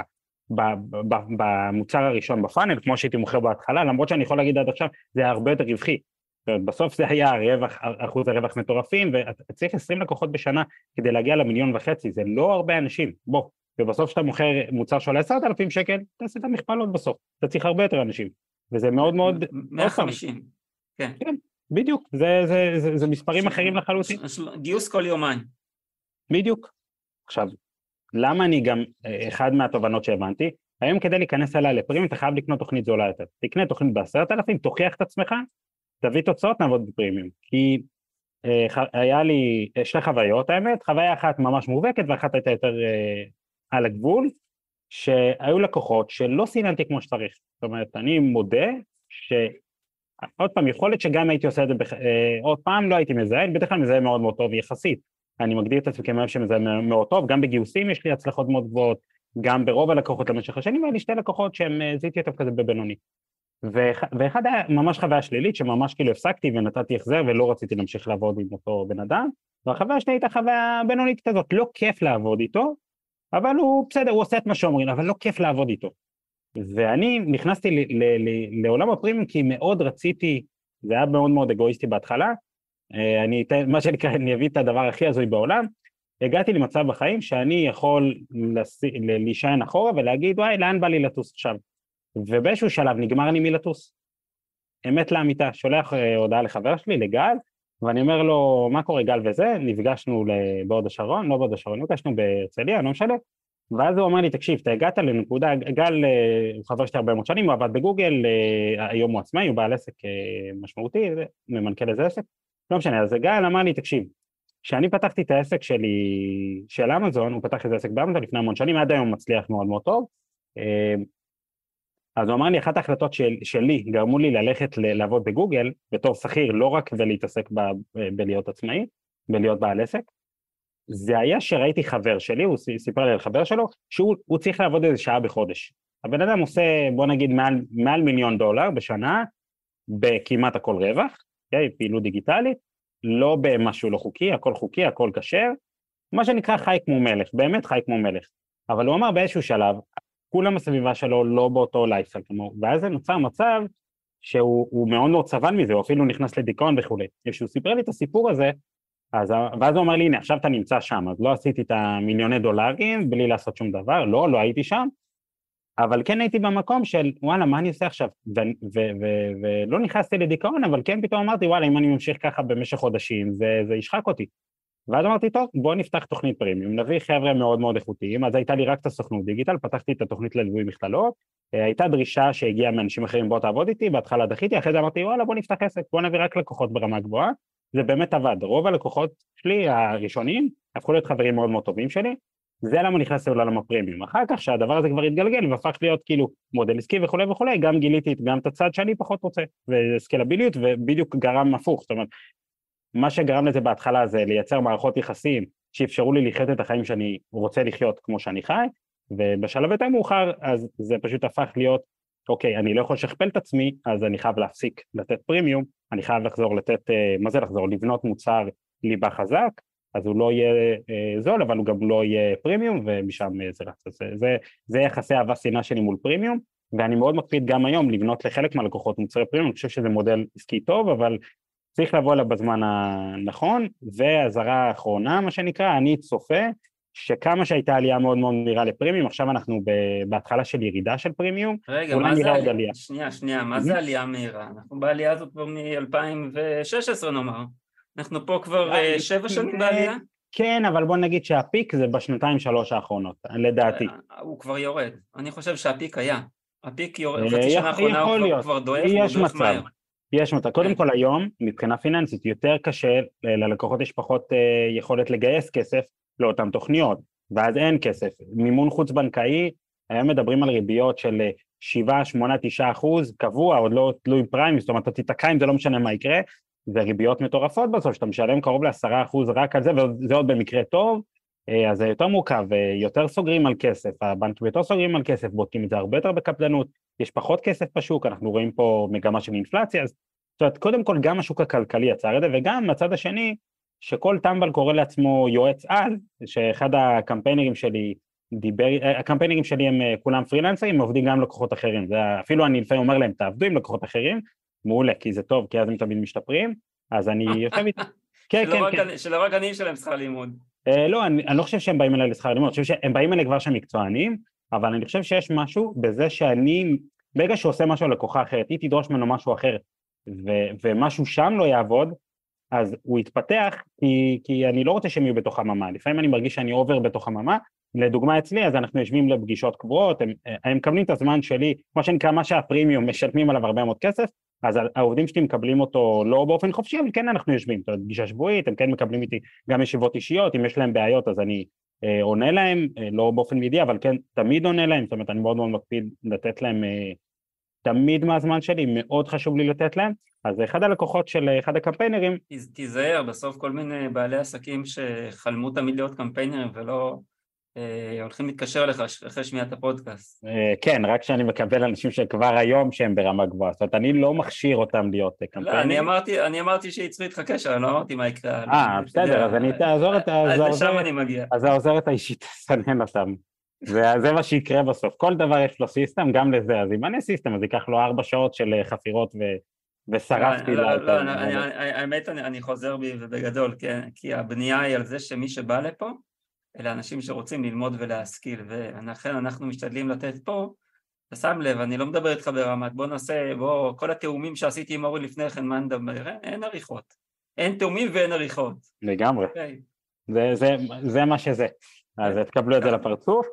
במוצר הראשון בפאנל, כמו שהייתי מוכר בהתחלה, למרות שאני יכול להגיד עד עכשיו, זה הרבה יותר רווחי. בסוף זה היה אחוז הרווח מטורפים, ואתה צריך 20 לקוחות בשנה כדי להגיע ל1.5 מיליון, זה לא הרבה אנשים, בוא. ובסוף שאתה מוכר מוצר שעולה 10,000 שקל, תעשה את המכפלות בסוף, אתה צריך הרבה יותר אנשים, וזה מאוד מאוד... 150, כן. כן, בדיוק, זה מספרים אחרים לחלוטין. גיוס כל יומיים. בדיוק. עכשיו, למה אני גם, אחד מהתובנות שהבנתי, היום כדי להיכנס אליי לפרימיום, אתה חייב לקנות תוכנית זולה יותר. תקנה תוכנית ב10,000, תוכיח את עצמך, תביא תוצאות, נעבוד בפרימיום. כי היה לי שתי חוויות האמת, חוויה אחת ממש מובהקת ואחת הייתה יותר על הגבול, שהיו לקוחות שלא סיננתי כמו שצריך. זאת אומרת, אני מודה עוד פעם, יכול להיות שגם הייתי עושה את זה, עוד פעם לא הייתי מזהה, בדרך כלל מזהה מאוד מאוד טוב יחסית. אני מגדיר את עצמי כמאב שמזהה מאוד טוב, גם בגיוסים יש לי הצלחות מאוד גבוהות, גם ברוב הלקוחות למשך השנים, והיה לי שתי לקוחות שהם זיהיתי אותם כזה בבינוני. ואחד היה ממש חוויה שלילית, שממש כאילו הפסקתי ונתתי החזר, ולא רציתי להמשיך לעבוד עם אותו בן אדם, והחוויה שלי הייתה חוויה בינונית כזאת, לא כיף לעבוד איתו, אבל הוא בסדר, הוא עושה את מה שאומרים, אבל לא כיף לעבוד איתו. ואני נכנסתי לעולם הפרימיום כי מאוד רציתי, זה היה מאוד מאוד אגואיסטי בהתחלה, מה שנקרא, אני אביא את הדבר הכי הזוי בעולם, הגעתי למצב בחיים שאני יכול להישען אחורה ולהגיד, וואי, לאן בא לי לטוס עכשיו? ובאיזשהו שלב נגמר לי מלטוס. אמת לאמיתה, שולח הודעה לחבר שלי, לגל, ואני אומר לו, מה קורה גל וזה? נפגשנו בהוד השרון, לא בהוד השרון, נפגשנו בהרצליה, לא משנה, ואז הוא אמר לי, תקשיב, אתה הגעת לנקודה, גל הוא חבר שלי הרבה מאוד שנים, הוא עבד בגוגל, היום הוא עצמאי, הוא בעל עסק משמעותי, ממנכ"ל איזה עסק, לא משנה, אז גל אמר לי, תקשיב, כשאני פתחתי את העסק שלי, של אמזון, הוא פתח את העסק באמזון לפני המון שנים, עד היום הוא מצליח מאוד מאוד טוב, אז הוא אמר לי, אחת ההחלטות שלי גרמו לי ללכת לעבוד בגוגל, בתור שכיר, לא רק ולהתעסק בלהיות עצמאי, בלהיות בעל עסק, זה היה שראיתי חבר שלי, הוא סיפר לי על חבר שלו, שהוא צריך לעבוד איזה שעה בחודש. הבן אדם עושה, בוא נגיד, מעל $1,000,000 בשנה, בכמעט הכל רווח, פעילות דיגיטלית, לא במשהו לא חוקי, הכל חוקי, הכל כשר, מה שנקרא חי כמו מלך, באמת חי כמו מלך. אבל הוא אמר באיזשהו שלב, כולם הסביבה שלו לא באותו לייפסטייל כמוהו, ואז זה נוצר מצב שהוא מאוד מאוד סבל מזה, הוא אפילו נכנס לדיכאון וכו'. כשהוא סיפר לי את הסיפור הזה, ואז הוא אומר לי, הנה, עכשיו אתה נמצא שם, אז לא עשיתי את $1,000,000 בלי לעשות שום דבר, לא הייתי שם, אבל כן הייתי במקום של, וואלה, מה אני עושה עכשיו? ולא נכנסתי לדיכאון, אבל כן פתאום אמרתי, וואלה, אם אני ממשיך ככה במשך חודשים, זה ישחק אותי. ואז אמרתי, טוב, בוא נפתח תוכנית פרימיום, נביא חבר'ה מאוד מאוד איכותיים, אז הייתה לי רק את הסוכנות דיגיטל, פתחתי את התוכנית לליווי מכללות, הייתה דרישה שהגיעה מאנשים אחרים, בוא תעבוד איתי, בהתחלה דחיתי, אחרי זה אמרתי, וואלה, בוא נפתח עסק, בוא נביא רק לקוחות ברמה גבוהה, זה באמת עבד, רוב הלקוחות שלי הראשונים, הפכו להיות חברים מאוד מאוד טובים שלי, זה למה נכנסתי לעולם הפרימיום, אחר כך שהדבר הזה כבר התגלגל, והפך להיות כאילו מודל עסקי וכו' וכו', גם גיליתי גם את הצד שאני פחות רוצה, וסקלביליות, ובדיוק גרם הפוך, זאת אומרת, מה שגרם לזה בהתחלה זה לייצר מערכות יחסים שאפשרו לי לחיות את החיים שאני רוצה לחיות כמו שאני חי, ובשלב יותר מאוחר אז זה פשוט הפך להיות, אוקיי, אני לא יכול לשכפל את עצמי, אז אני חייב להפסיק לתת פרימיום, אני חייב לחזור לתת, מה זה לחזור? לבנות מוצר ליבה חזק, אז הוא לא יהיה זול, אבל הוא גם לא יהיה פרימיום, ומשם זה רץ. זה יחסי אהבה שנאה שלי מול פרימיום, ואני מאוד מקפיד גם היום לבנות לחלק מהלקוחות מוצרי פרימיום, אני חושב שזה מודל עסקי טוב, אבל צריך לבוא אליו בזמן הנכון, והזרה האחרונה, מה שנקרא, אני צופה שכמה שהייתה עלייה מאוד מאוד מהירה לפרימיום, עכשיו אנחנו בהתחלה של ירידה של פרימיום, רגע, מה זה עלייה? שנייה, מה זה עלייה מהירה? אנחנו בעלייה הזאת כבר מ-2016 נאמר, אנחנו פה כבר 7 שנים בעלייה? כן, אבל בוא נגיד שהפיק זה בשנתיים-3 האחרונות, לדעתי. הוא כבר יורד, אני חושב שהפיק היה, הפיק יורד, חצי שנה האחרונה הוא כבר דואף, הוא דואף מהר. יש מצב, קודם כל היום, מבחינה פיננסית, יותר קשה, ללקוחות יש פחות יכולת לגייס כסף לאותן תוכניות, ואז אין כסף. מימון חוץ בנקאי, היום מדברים על ריביות של 7, 8, 9% קבוע, עוד לא תלוי פריים, זאת אומרת, אתה תתקע אם זה לא משנה מה יקרה, זה ריביות מטורפות בסוף, שאתה משלם קרוב ל10% רק על זה, וזה עוד במקרה טוב, אז זה יותר מורכב, יותר סוגרים על כסף, הבנקים יותר סוגרים על כסף, בודקים את זה הרבה יותר בקפדנות, יש פחות כסף בשוק, אנחנו רואים פה מגמה של אינפלציה, אז זאת אומרת, קודם כל גם השוק הכלכלי יצר את זה, וגם מהצד השני, שכל טמבל קורא לעצמו יועץ על, שאחד הקמפיינרים שלי דיבר, הקמפיינרים שלי הם כולם פרילנסרים, עובדים גם לקוחות אחרים, אפילו אני לפעמים אומר להם, תעבדו עם לקוחות אחרים, מעולה, כי זה טוב, כי אז הם תמיד משתפרים, אז אני יושב איתי, שלא רק אני שלהם שכר לימוד. לא, אני לא חושב שהם באים אליי לשכר לימוד, אני חושב שהם באים אליי כבר שהם מקצוענים, אבל אני חושב שיש משהו בזה שאני, ברגע שהוא עושה משהו ללקוחה אחרת, היא תדרוש ממנו משהו אחר, ומשהו שם לא יעבוד, אז הוא יתפתח, כי אני לא רוצה שהם יהיו בתוך הממה, לפעמים אני מרגיש שאני עובר בתוך הממה, לדוגמה אצלי, אז אנחנו יושבים לפגישות קבועות, הם מקבלים את הזמן שלי, מה שנקרא, מה שהפרימיום משלמים עליו הרבה מאוד כסף, אז העובדים שלי מקבלים אותו לא באופן חופשי, אבל כן אנחנו יושבים, זאת אומרת, פגישה שבועית, הם כן מקבלים איתי גם ישיבות אישיות, אם יש להם בעיות אז אני עונה להם, לא באופן מיידי, אבל כן תמיד עונה להם, זאת אומרת, אני מאוד מאוד מקפיד לתת להם תמיד מהזמן שלי, מאוד חשוב לי לתת להם, אז אחד הלקוחות של אחד הקמפיינרים... תיזהר, בסוף כל מיני בעלי עסקים שחלמו תמיד להיות קמפיינרים ולא הולכים להתקשר לך אחרי שמיעת הפודקאסט. כן, רק שאני מקבל אנשים שכבר היום שהם ברמה גבוהה, זאת אומרת, אני לא מכשיר אותם להיות קמפיינרים. לא, אני אמרתי שיצרו איתך קשר, אני לא אמרתי מה יקרה. בסדר, אז אני תעזור את לשם אני מגיע. אז העוזרת האישית תסנן אותם. זה מה שיקרה בסוף, כל דבר יש לו סיסטם, גם לזה, אז אם אני סיסטם, אז ייקח לו 4 שעות של חפירות ושרפתי. לא, האמת אני חוזר בי ובגדול, כי הבנייה היא על זה שמי שבא לפה, אלה אנשים שרוצים ללמוד ולהשכיל, ולכן אנחנו משתדלים לתת פה, אתה שם לב, אני לא מדבר איתך ברמת, כל התאומים שעשיתי עם אורי לפני כן, מה נדבר, אין עריכות, אין תאומים ואין עריכות. לגמרי, זה מה שזה, אז תקבלו את זה לפרצוף.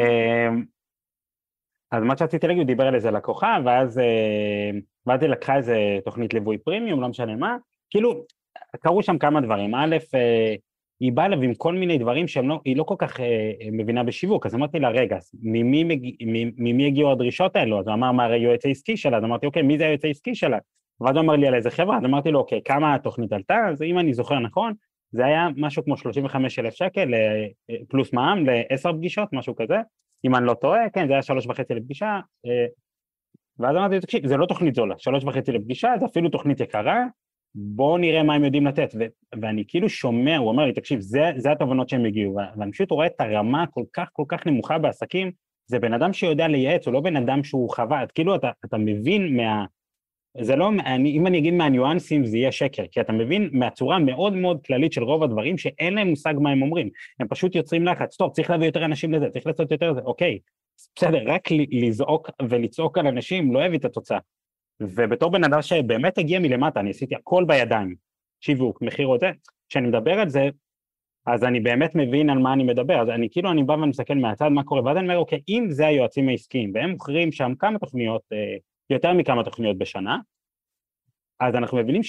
אז מה שרציתי להגיד, הוא דיבר על איזה לקוחה, ואז היא לקחה איזה תוכנית ליווי פרימיום, לא משנה מה, כאילו, קרו שם כמה דברים, א', היא באה אליו עם כל מיני דברים שהיא לא כל כך מבינה בשיווק, אז אמרתי לה, רגע, ממי הגיעו הדרישות האלו? אז הוא אמר, מה היועץ העסקי שלה? אז אמרתי, אוקיי, מי זה היועץ העסקי שלה? ואז הוא אמר לי על איזה חברה, אז אמרתי לו, אוקיי, כמה התוכנית עלתה? אז אם אני זוכר נכון, זה היה משהו כמו 35,000 שקל, פלוס מע"מ, ל10 פגישות, משהו כזה, אם אני לא טועה, כן, זה היה 3.5 לפגישה, ואז אמרתי, תקשיב, זה לא תוכנית זולה, 3.5 לפגישה, זה אפילו תוכנית יקרה, בואו נראה מה הם יודעים לתת, ואני כאילו שומע, הוא אומר לי, תקשיב, זה התובנות שהם הגיעו, ואני פשוט רואה את הרמה כל כך נמוכה בעסקים, זה בן אדם שיודע לייעץ, הוא לא בן אדם שהוא חווה, כאילו אתה מבין זה לא, אם אני אגיד מהניואנסים זה יהיה שקר, כי אתה מבין מהצורה מאוד מאוד כללית של רוב הדברים, שאין להם מושג מה הם אומרים, הם פשוט יוצרים לחץ, טוב, צריך להביא יותר אנשים לזה, צריך לעשות יותר זה, אוקיי, בסדר, רק לזעוק ולצעוק על אנשים לא הביא את התוצאה. ובתור בן אדם שבאמת הגיע מלמטה, אני עשיתי הכל בידיים, שיווק, מחירות, כשאני מדבר על זה, אז אני באמת מבין על מה אני מדבר, אז אני כאילו, אני בא ואני מסתכל מהצד מה קורה, ואז אני אומר, אוקיי, אם זה היועצים העסקיים, והם מוכרים שם כמה תוכניות, יותר מכמה תוכניות בשנה, אז אנחנו מבינים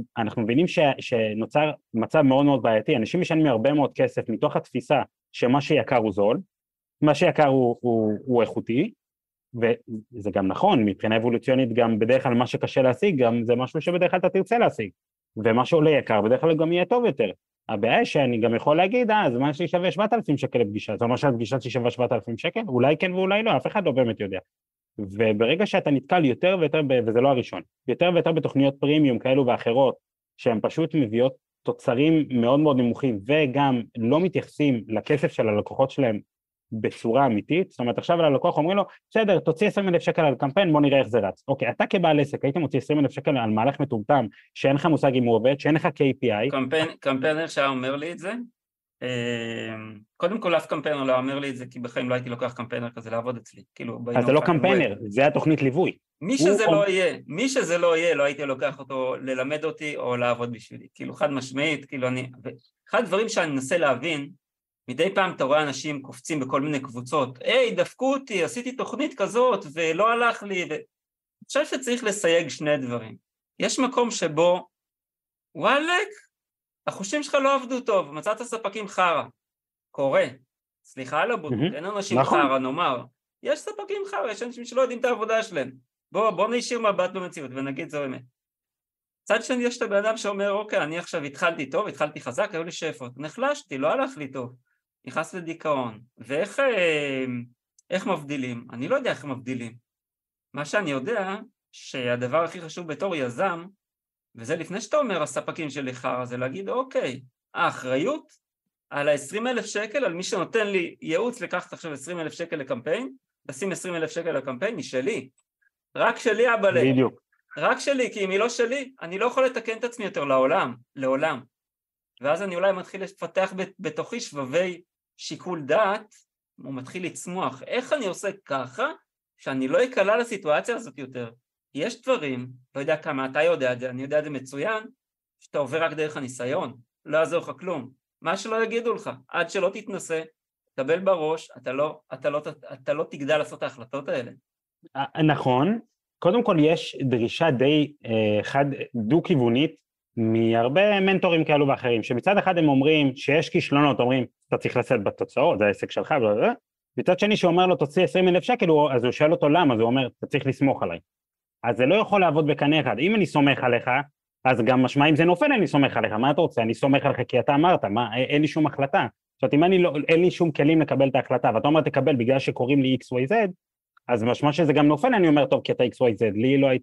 שנוצר מצב מאוד מאוד בעייתי, אנשים משלמים הרבה מאוד כסף מתוך התפיסה שמה שיקר הוא זול, מה שיקר הוא איכותי, וזה גם נכון, מבחינה אבולוציונית גם בדרך כלל מה שקשה להשיג, גם זה משהו שבדרך כלל אתה תרצה להשיג, ומה שעולה יקר בדרך כלל גם יהיה טוב יותר. הבעיה שאני גם יכול להגיד, אז מה שלי שווה 7,000 שקל לפגישה, זאת אומרת שהפגישה שווה 7,000 שקל, אולי כן ואולי לא, אף אחד לא באמת יודע. וברגע שאתה נתקל יותר ויותר, וזה לא הראשון, יותר ויותר בתוכניות פרימיום כאלו ואחרות, שהן פשוט מביאות תוצרים מאוד מאוד נמוכים, וגם לא מתייחסים לכסף של הלקוחות שלהם בצורה אמיתית, זאת אומרת עכשיו ללקוח אומרים לו, בסדר, תוציא 20,000 שקל על קמפיין, בוא נראה איך זה רץ. אוקיי, אתה כבעל עסק, היית מוציא 20,000 שקל על מהלך מטומטם, שאין לך מושג אם הוא עובד, שאין לך KPI. קמפיינר שהיה אומר לי את זה, קודם כל אף קמפיינר לא אומר לי את זה, כי בחיים לא הייתי לוקח קמפיינר כזה לעבוד אצלי. אז זה לא קמפיינר, זה התוכנית ליווי. מי שזה לא יהיה, לא הייתי לוקח אותו ללמד אותי או לעבוד בשבילי. כאילו חד משמעית, אחד הדברים שאני מנסה להבין, מדי פעם אתה רואה אנשים קופצים בכל מיני קבוצות, היי, דפקו אותי, עשיתי תוכנית כזאת ולא הלך לי, אני חושב שצריך לסייג שני דברים. יש מקום שבו, וואלק, החושים שלך לא עבדו טוב, מצאת ספקים חרה, קורה, סליחה על הבוטות, אין אנשים חרה, נאמר, יש ספקים חרה, יש אנשים שלא יודעים את העבודה שלהם, בוא נשאיר מבט במציאות ונגיד זו אמת. צד שני יש את הבן אדם שאומר, אוקיי, אני עכשיו התחלתי טוב, התחלתי חזק, היו לי שפות, נחלשתי, לא הלך לי טוב, נכנס לדיכאון, ואיך מבדילים? אני לא יודע איך מבדילים. מה שאני יודע, שהדבר הכי חשוב בתור יזם, וזה לפני שאתה אומר הספקים שלי חרה, זה להגיד, אוקיי, האחריות על ה-20,000 שקל, על מי שנותן לי ייעוץ לקחת עכשיו 20,000 שקל לקמפיין, לשים 20,000 שקל לקמפיין, היא שלי. רק שלי אבא לי. בדיוק. רק שלי, כי אם היא לא שלי, אני לא יכול לתקן את עצמי יותר לעולם. ואז אני אולי מתחיל לפתח בתוכי שבבי שיקול דעת, הוא מתחיל לצמוח. איך אני עושה ככה, שאני לא אקלה לסיטואציה הזאת יותר? יש דברים, לא יודע כמה אתה יודע את זה, אני יודע את זה מצוין, שאתה עובר רק דרך הניסיון, לא יעזור לך כלום. מה שלא יגידו לך, עד שלא תתנסה, תקבל בראש, אתה לא תגדל לעשות ההחלטות האלה. נכון, קודם כל יש דרישה די דו-כיוונית, מהרבה מנטורים כאלו ואחרים, שמצד אחד הם אומרים שיש כישלונות, אומרים, אתה צריך לשאת בתוצאות, זה העסק שלך, מצד שני שאומר לו, תוציא 20,000 שקל, אז הוא שואל אותו למה, אז הוא אומר, אתה צריך לסמוך עליי. אז זה לא יכול לעבוד בקנה אחד. אם אני סומך עליך, אז גם משמע אם זה נופל, אני סומך עליך. מה אתה רוצה? אני סומך עליך כי אתה אמרת, אין לי שום החלטה. זאת אומרת, אם אין לי שום כלים לקבל את ההחלטה, ואתה אומר, תקבל בגלל שקוראים לי XYZ, אז משמע שזה גם נופל, אני אומר, טוב, כי אתה XYZ, לי לא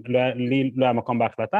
היה מקום בהחלטה.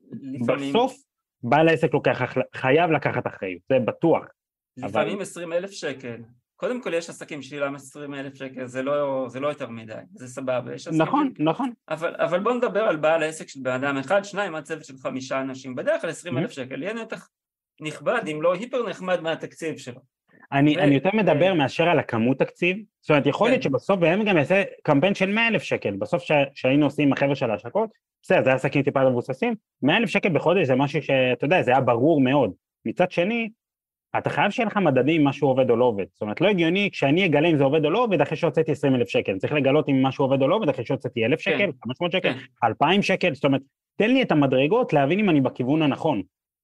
בסוף, בעל העסק חייב לקחת אחריות, זה בטוח. לפעמים 20,000 שקל. קודם כל יש עסקים שילם 20,000 שקל, זה לא יותר מדי, זה סבבה. נכון. אבל בוא נדבר על בעל העסק של בן אדם אחד, שניים, הצוות של 5 אנשים, בדרך כלל 20,000 שקל, יהיה נתח נכבד, אם לא היפר נחמד מהתקציב שלו. אני יותר מדבר מאשר על הכמות תקציב, זאת אומרת, יכול להיות שבסוף בהם גם יעשה קמפיין של 100,000 שקל, בסוף שהיינו עושים החבר'ה של ההשקות, בסדר, זה היה עסקים טיפה מבוססים, 100,000 שקל בחודש זה משהו שאתה יודע, זה היה ברור מאוד. מצד שני, אתה חייב שיהיה לך מדדים אם משהו עובד או לא עובד, זאת אומרת, לא הגיוני, כשאני אגלה אם זה עובד או לא עובד, אחרי שהוצאתי 20,000 שקל, צריך לגלות אם משהו עובד או לא עובד, אחרי שהוצאתי 1,000 שקל, 500 שקל, 2,000 שקל, זאת אומרת, תן לי את המדרגות להבין אם אני בכיוון הנכון.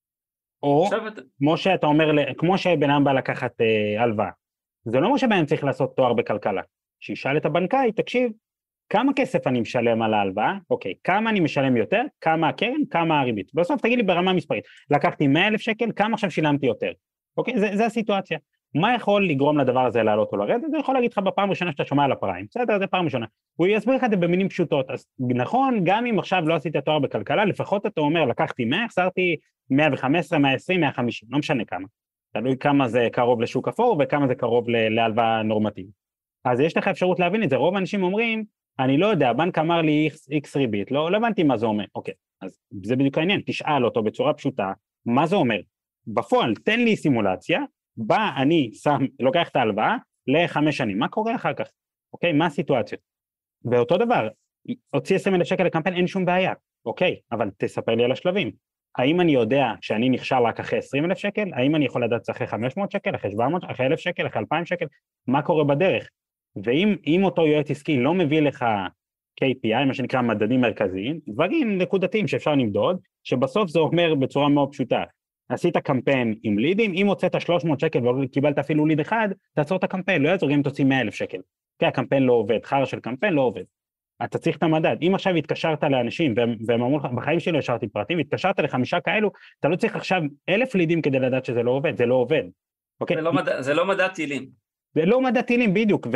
או, כמו שאתה אומר, כמו שבן אדם בא לקחת הלוואה, זה לא כמו שבן צריך לעשות תואר בכלכלה, שישאל את הבנקאי, תקשיב, כמה כסף אני משלם על ההלוואה, אוקיי, כמה אני משלם יותר, כמה הקרן, כמה הריבית, בסוף תגיד לי ברמה מספרית, לקחתי 100,000 שקל, כמה עכשיו שילמתי יותר, אוקיי, זה הסיטואציה, מה יכול לגרום לדבר הזה לעלות או לרדת, זה יכול להגיד לך בפעם ראשונה שאתה שומע על הפריים, בסדר, זה פעם ראשונה, הוא יסביר לך את זה במילים פשוטות, אז נכון, גם אם עכשיו לא עשית תואר בכלכלה, לפחות אתה אומר, לקחתי 100, החזרתי 115, 120, 150, לא משנה כמה. תלוי כמה זה קרוב לשוק אפור וכמה זה קרוב להלוואה נורמטיבית. אז יש לך אפשרות להבין את זה. רוב האנשים אומרים, אני לא יודע, הבנק אמר לי X ריבית, לא הבנתי מה זה אומר. אוקיי, אז זה בדיוק העניין, תשאל אותו בצורה פשוטה, מה זה אומר? בפועל, תן לי סימולציה, בה אני לוקח את ההלוואה ל5 שנים. מה קורה אחר כך? אוקיי, מה הסיטואציות? באותו דבר, הוציא 20,000 שקל לקמפיין, אין שום בעיה. אוקיי, אבל תספר לי על השלבים. האם אני יודע שאני נכשל רק אחרי 20,000 שקל? האם אני יכול לדעת אחרי 500 שקל, אחרי 700, אחרי 1,000 שקל, אחרי 2,000 שקל? מה קורה בדרך? ואם אותו יועץ עסקי לא מביא לך KPI, מה שנקרא מדדים מרכזיים, דברים נקודתיים שאפשר למדוד, שבסוף זה אומר בצורה מאוד פשוטה, עשית קמפיין עם לידים, אם הוצאת 300 שקל וקיבלת אפילו ליד אחד, תעצור את הקמפיין, לא יעצור, אם תוציא 100,000 שקל. כי הקמפיין לא עובד, חרא של קמפיין לא עובד. אתה צריך את המדד. אם עכשיו התקשרת לאנשים, והם אמרו לך, בחיים שלי לא השארתי פרטים, התקשרת ל5 כאלו, אתה לא צריך עכשיו 1,000 לידים כדי לדעת שזה לא עובד, זה לא עובד. אוקיי? זה לא מדד טילים. זה לא מדד טילים, בדיוק,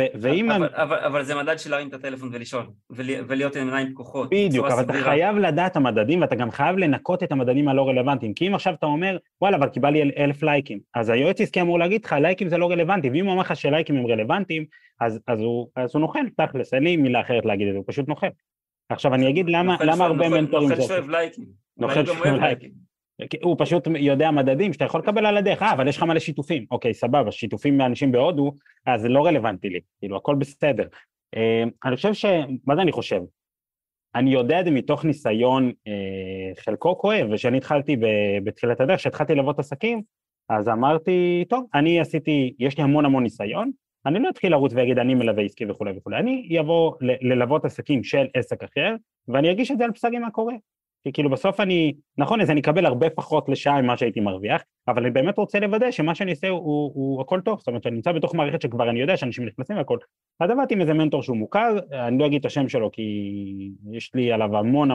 אבל זה מדד של להרים את הטלפון ולישון, ולהיות עם עיניים פקוחות. בדיוק, אבל אתה חייב לדעת המדדים, ואתה גם חייב לנקות את המדדים הלא רלוונטיים, כי אם עכשיו אתה אומר, וואלה, אבל קיבל לי 1,000 לייקים, אז היועץ עסקי אמור להגיד לך, לייקים זה לא רלוונטי, ואם הוא אומר לך שלייקים הם רלוונטיים, אז הוא נוחל, תכלס, אין לי מילה אחרת להגיד את זה, הוא פשוט נוחל. עכשיו אני אגיד למה הרבה מנטורים... נוחל שואב לייקים. נוחל שואב לייקים. הוא פשוט יודע מדדים שאתה יכול לקבל על הדרך, אבל יש לך מלא שיתופים, אוקיי, סבבה, שיתופים מאנשים בהודו, אז זה לא רלוונטי לי, כאילו, הכל בסדר. אני חושב מה זה אני חושב? אני יודע את זה מתוך ניסיון חלקו כואב, ושאני התחלתי בתחילת הדרך, שהתחלתי ללוות עסקים, אז אמרתי, טוב, יש לי המון ניסיון, אני לא אתחיל לרוץ ויגיד, אני מלווה עסקי וכו' וכו', אני אבוא ללוות עסקים של עסק אחר, ואני אגיש את זה על בשרי מה קורה. כי כאילו בסוף נכון, אז אני אקבל הרבה פחות לשעה ממה שהייתי מרוויח, אבל אני באמת רוצה לוודא שמה שאני אעשה הוא הכל טוב, זאת אומרת שאני נמצא בתוך מערכת שכבר אני יודע שאנשים נכנסים והכל, אז עבדתי עם איזה מנטור שהוא מוכר, אני לא אגיד את השם שלו כי יש לי עליו המון,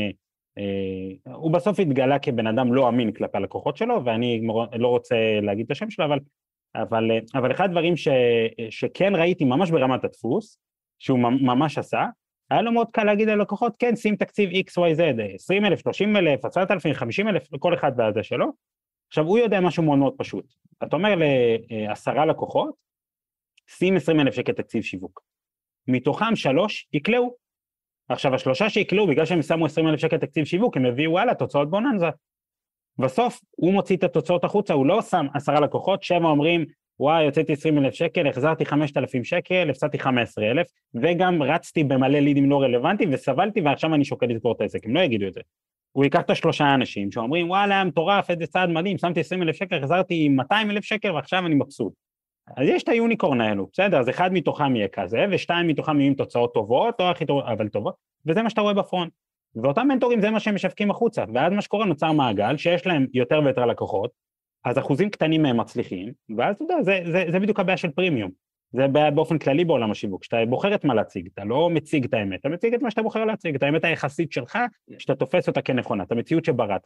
הוא בסוף התגלה כבן אדם לא אמין כלפי הלקוחות שלו, ואני לא רוצה להגיד את השם שלו, אבל אחד הדברים שכן ראיתי ממש ברמת הדפוס, שהוא ממש עשה, היה לו מאוד קל להגיד ללקוחות, כן, שים תקציב XYZ, 20,000, 30,000, 10,000, 50,000, כל אחד והזה שלו. עכשיו, הוא יודע משהו מאוד מאוד פשוט. אתה אומר ל10 לקוחות, שים 20,000 שקל תקציב שיווק. מתוכם 3 יקלעו. עכשיו, 3 שיקלעו, בגלל שהם שמו 20,000 שקל תקציב שיווק, הם הביאו, וואלה, תוצאות בוננזה. בסוף, הוא מוציא את התוצאות החוצה, הוא לא שם 10 לקוחות, 7 אומרים, וואי, יוצאתי 20,000 שקל, החזרתי 5,000 שקל, הפסדתי 15,000, וגם רצתי במלא לידים לא רלוונטיים, וסבלתי, ועכשיו אני שוקל לסגור את העסק, הם לא יגידו את זה. הוא ייקח את ה3 אנשים שאומרים, וואלה, מטורף, איזה צעד מדהים, שמתי 20,000 שקל, החזרתי 200,000 שקל, ועכשיו אני מבסוט. אז יש את היוניקורן האלו, בסדר, אז אחד מתוכם יהיה כזה, ושתיים מתוכם יהיו עם תוצאות טובות, או הכי טובות, אבל טובות, וזה מה שאתה רואה בפרונט. ואותם מנטורים זה מה שהם משווקים החוצה, ואז מה שקורה נוצר מעגל, שיש להם יותר ויותר לקוחות, אז אחוזים קטנים מהם מצליחים, ואז אתה יודע, זה בדיוק הבעיה של פרימיום. זה בעיה באופן כללי בעולם השיווק, שאתה בוחר את מה להציג, אתה לא מציג את האמת, אתה מציג את מה שאתה בוחר להציג, את האמת היחסית שלך, שאתה תופס אותה כנכונה, את המציאות שבראת.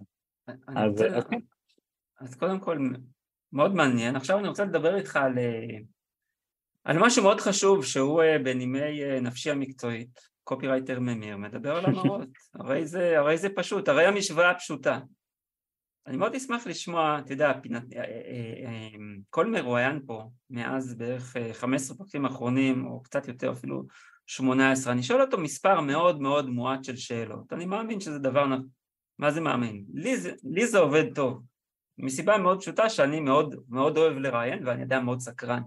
אז קודם כל, מאוד מעניין. עכשיו אני רוצה לדבר איתך על משהו מאוד חשוב, שהוא בנימי נפשי המקצועית, קופירייטר ממיר, מדבר על המראות. הרי זה פשוט, הרי המשוואה פשוטה. אני מאוד אשמח לשמוע, אתה יודע, כל מרואיין פה, מאז בערך 15 פרקים האחרונים, או קצת יותר, אפילו 18, אני שואל אותו מספר מאוד מאוד מועט של שאלות. אני מאמין שזה דבר, מה זה מאמין? לי זה עובד טוב. מסיבה מאוד פשוטה שאני מאוד, מאוד אוהב לראיין, ואני יודע מאוד סקרן.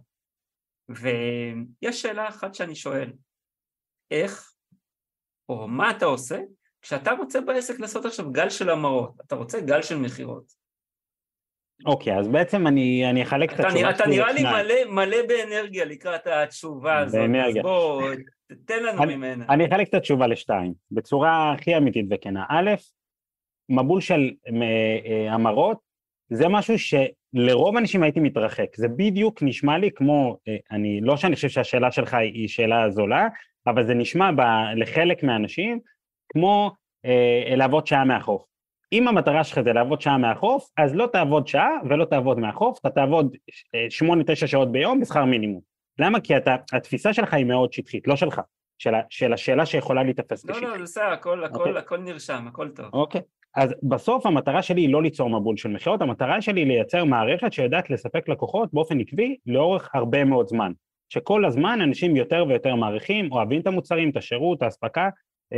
ויש שאלה אחת שאני שואל, איך, או מה אתה עושה, כשאתה רוצה בעסק לעשות עכשיו גל של המרות, אתה רוצה גל של מחירות. אוקיי, אז בעצם אני אחלק את התשובה. אתה נראה לי מלא באנרגיה לקראת התשובה הזאת, אז בוא, תן לנו ממנה. אני אחלק את התשובה לשתיים, בצורה הכי אמיתית וכנה. א', מבול של המרות, זה משהו שלרוב אנשים הייתי מתרחק, זה בדיוק נשמע לי כמו, לא שאני חושב שהשאלה שלך היא שאלה זולה, אבל זה נשמע לחלק מהאנשים, כמו לעבוד שעה מהחוף. אם המטרה שלך זה לעבוד שעה מהחוף, אז לא תעבוד שעה ולא תעבוד מהחוף, אתה תעבוד 8-9 שעות ביום בשכר מינימום. למה? כי התפיסה שלך היא מאוד שטחית, לא שלך, של השאלה שיכולה להתאפס כשטחית. לא, בסדר, הכל נרשם, הכל טוב. אוקיי, אז בסוף המטרה שלי היא לא ליצור מבול של מחירות, המטרה שלי היא לייצר מערכת שיודעת לספק לקוחות באופן עקבי לאורך הרבה מאוד זמן. שכל הזמן אנשים יותר ויותר מעריכים, אוהבים את המוצרים, את השירות, ההספקה,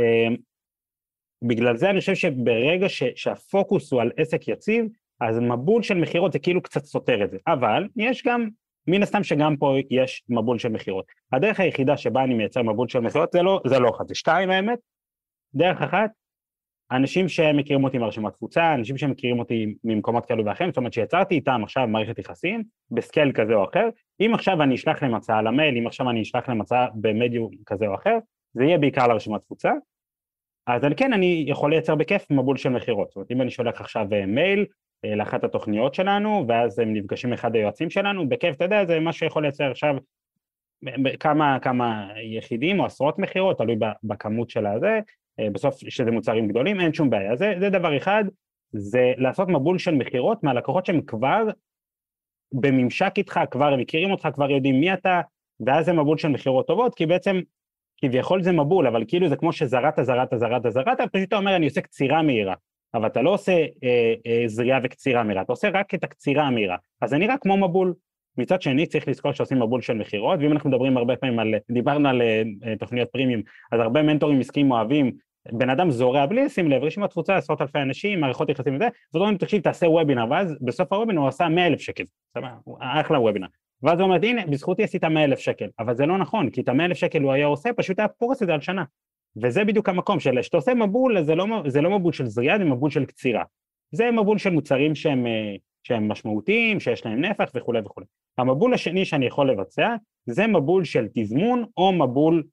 בגלל זה אני חושב שברגע שהפוקוס הוא על עסק יציב, אז מבול של מחירות זה כאילו קצת סותר את זה, אבל יש גם, מן הסתם שגם פה יש מבול של מחירות. הדרך היחידה שבה אני מייצר מבול של מחירות זה לא אחת, זה שתיים האמת. דרך אחת, אנשים שמכירים אותי מהרשימת תפוצה, אנשים שמכירים אותי ממקומות כאלו ואחרים, זאת אומרת שיצרתי איתם עכשיו מערכת יחסים, בסקייל כזה או אחר, אם עכשיו אני אשלח להם הצעה למייל, אם עכשיו אני אשלח להם הצעה במדיום כזה או אחר, זה יהיה בעיקר לרשימת תפוצה, אז כן, אני יכול לייצר בכיף מבול של מחירות, זאת אומרת, אם אני שולח עכשיו מייל לאחת התוכניות שלנו, ואז הם נפגשים אחד היועצים שלנו, בכיף, אתה יודע, זה מה שיכול לייצר עכשיו כמה יחידים או עשרות מחירות, תלוי בכמות של הזה, בסוף שזה מוצרים גדולים, אין שום בעיה. זה דבר אחד, זה לעשות מבול של מחירות מהלקוחות שהם כבר בממשק איתך, כבר מכירים אותך, כבר יודעים מי אתה, ואז זה מבול של מחירות טובות, כי בעצם כביכול זה מבול, אבל כאילו זה כמו שזרעת, פשוט אתה אומר אני עושה קצירה מהירה, אבל אתה לא עושה זריעה וקצירה מהירה, אתה עושה רק את הקצירה המהירה, אז זה נראה כמו מבול. מצד שני צריך לזכור שעושים מבול של מחירות, ואם אנחנו מדברים הרבה פעמים דיברנו על תוכניות פרימיום, אז הרבה מנטורים עסקיים אוהבים, בן אדם זורע בלי לשים לב, רשימת תפוצה, עשרות אלפי אנשים, מערכות יחסים וזה, זאת אומרת, תקשיב, תעשה וובינר, ואז בסוף הוובינר הוא עשה 100,000 שקל, אחלה וובינר, ואז הוא אומר, הנה, בזכותי עשית 100,000 שקל, אבל זה לא נכון, כי את 100,000 שקל הוא היה עושה, פשוט היה פורס את זה על שנה, וזה בדיוק המקום של, שאתה עושה מבול, זה לא מבול של זריעה, זה מבול של קצירה, זה מבול של מוצרים שהם משמעותיים, שיש להם נפח וכו' וכו'. המבול השני שאני יכול לבצע, זה מבול של תזמון או מבול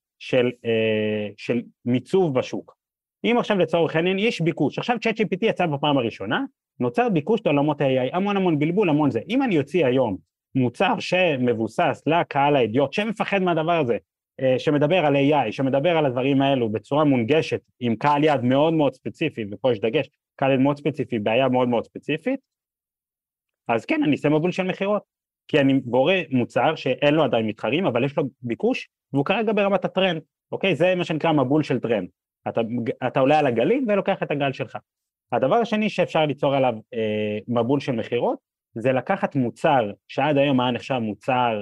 של מיצוב בשוק. אם עכשיו לצורך העניין יש ביקוש, עכשיו ChatGPT יצא בפעם הראשונה, נוצר ביקוש לעולמות ה-AI, המון בלבול, המון זה. אם אני יוציא היום מוצר שמבוסס לקהל האידיוט, שמפחד מהדבר הזה, שמדבר על AI, שמדבר על הדברים האלו בצורה מונגשת, עם קהל יעד מאוד מאוד ספציפי, ופה יש דגש, קהל יעד מאוד ספציפי, בעיה מאוד מאוד ספציפית, אז כן, אני אעשה מבול של מחירות, כי אני בורא מוצר שאין לו עדיין מתחרים, אבל יש לו ביקוש, והוא כרגע ברמת הטרנד, אוקיי? זה מה שנקרא מבול של טרנד. אתה עולה על הגלים ולוקח את הגל שלך. הדבר השני שאפשר ליצור עליו מבול של מחירות, זה לקחת מוצר שעד היום היה נחשב מוצר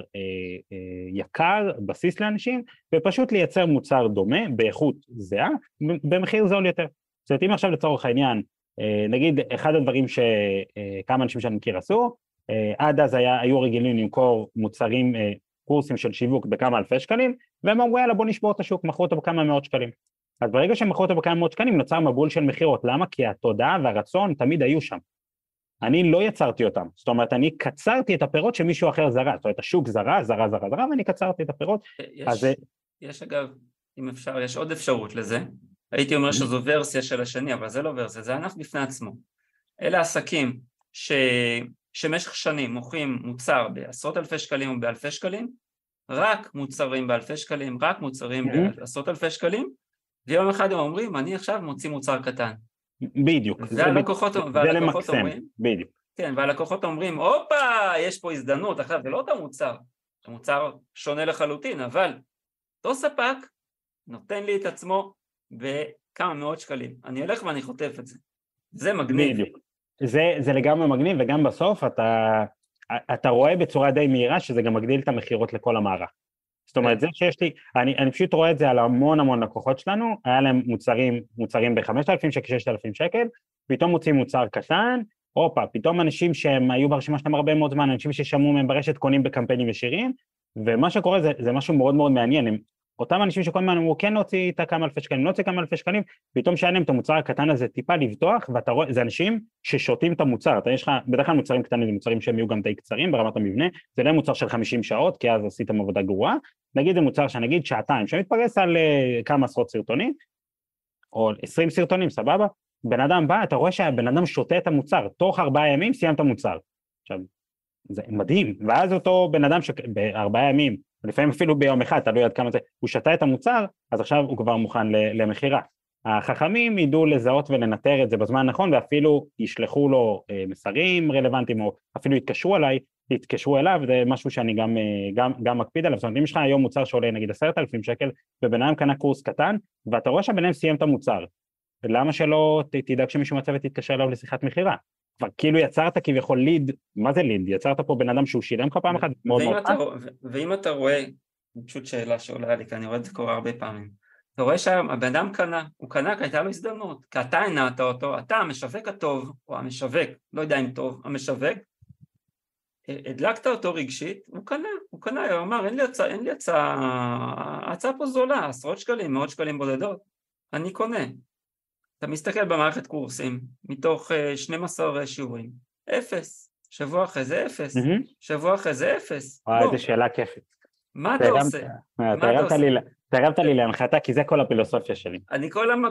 יקר, בסיס לאנשים, ופשוט לייצר מוצר דומה, באיכות זהה, במחיר זול יותר. זאת אומרת, אם עכשיו לצורך העניין, נגיד, אחד הדברים שכמה אנשים שאני מכיר עשו, עד אז היו רגילים למכור מוצרים, קורסים של שיווק בכמה אלפי שקלים, והם אמרו, יאללה, בוא נשבור את השוק, מכרו אותו בכמה מאות שקלים. אז ברגע שהם מכרו אותו בכמה מאות שקלים, נוצר מבול של מחירות. למה? כי התודעה והרצון תמיד היו שם. אני לא יצרתי אותם, זאת אומרת, אני קצרתי את הפירות שמישהו אחר זרע, זאת אומרת, השוק זרע, ואני קצרתי את הפירות. יש אגב, אם אפשר, יש עוד אפשרות לזה, הייתי אומר שזו ורסיה של השני, אבל זה לא ורסיה, זה ענף בפני עצמו. אלה עסקים שמשך שנים מוכרים מוצר בעשרות אלפי שקלים או באלפי שקלים, רק מוצרים באלפי שקלים, רק מוצרים בעשרות אלפי שקלים, ויום אחד הם אומרים, אני עכשיו מוציא מוצר קטן. בדיוק. והלקוחות אומרים, בדיוק. כן, והלקוחות אומרים, הופה, יש פה הזדמנות, עכשיו זה לא אותו מוצר, המוצר שונה לחלוטין, אבל אותו ספק נותן לי את עצמו בכמה מאות שקלים. אני הולך ואני חוטף את זה. זה מגניב. בדיוק. זה לגמרי מגניב, וגם בסוף אתה רואה בצורה די מהירה שזה גם מגדיל את המחירות לכל המערך. זאת אומרת, זה שיש לי, אני פשוט רואה את זה על המון לקוחות שלנו, היה להם מוצרים ב-5,000 שקל, 6,000 שקל, פתאום מוצאים מוצר קטן, פתאום אנשים שהם היו ברשימה שלהם הרבה מאוד זמן, אנשים ששמעו מהם ברשת קונים בקמפיינים ישירים, ומה שקורה זה משהו מאוד מאוד מעניין, אותם אנשים שכל הזמן אמרו, כן נוציא את כמה אלפי שקלים, נוציא כמה אלפי שקלים, פתאום שהיה להם את המוצר הקטן הזה טיפה לבטוח, ואתה רואה, זה אנשים ששותים את המוצר, יש לך, בדרך כלל מוצרים קטנים, זה מוצרים שהם יהיו גם די קצרים ברמת המבנה, זה לא מוצר של 50 שעות, כי אז עשיתם עבודה גרועה, נגיד זה מוצר שנגיד שעתיים, שמתפרס על כמה עשרות סרטונים, או 20 סרטונים, סבבה? בן אדם בא, אתה רואה שהבן אדם שותה את המוצר, תוך 4 ימים סיים את המוצר. עכשיו, זה מדהים, ואז אותו בן אדם ב4 ימים, לפעמים אפילו ביום אחד, תלוי עד כמה זה, הוא שתה את המוצר, אז עכשיו הוא כבר מוכן למחירה. החכמים ידעו לזהות ולנטר את זה בזמן הנכון, ואפילו ישלחו לו מסרים רלוונטיים, או אפילו יתקשרו אליו, זה משהו שאני גם מקפיד עליו. זאת אומרת, אם יש לך היום מוצר שעולה נגיד 10,000 שקל, ובן אדם קנה קורס קטן, ואתה רואה שהבן אדם סיים את המוצר, למה שלא תדאג שמישהו מצא ותתקשר אליו לשיחת מחירה? כבר כאילו יצרת כביכול ליד, מה זה ליד? יצרת פה בן אדם שהוא שילם לך פעם אחת, מאוד מאוד פעם. ואם אתה רואה, פשוט שאלה שעולה לי, כי אני רואה את זה קורה הרבה פעמים, אתה רואה שהבן אדם קנה, הוא קנה כי הייתה לו הזדמנות, כי אתה הנעת אותו, אתה המשווק הטוב, או המשווק, לא יודע אם טוב, המשווק, הדלקת אותו רגשית, הוא קנה, הוא אמר, אין לי הצעה פה זולה, עשרות שקלים, מאות שקלים בודדות, אני קונה. אתה מסתכל במערכת קורסים, מתוך 12 שיעורים, 0, שבוע אחרי זה 0, שבוע אחרי זה 0. איזה שאלה כיפית. מה אתה עושה? תרמת לי להנחתה, כי זה כל הפילוסופיה שלי. אני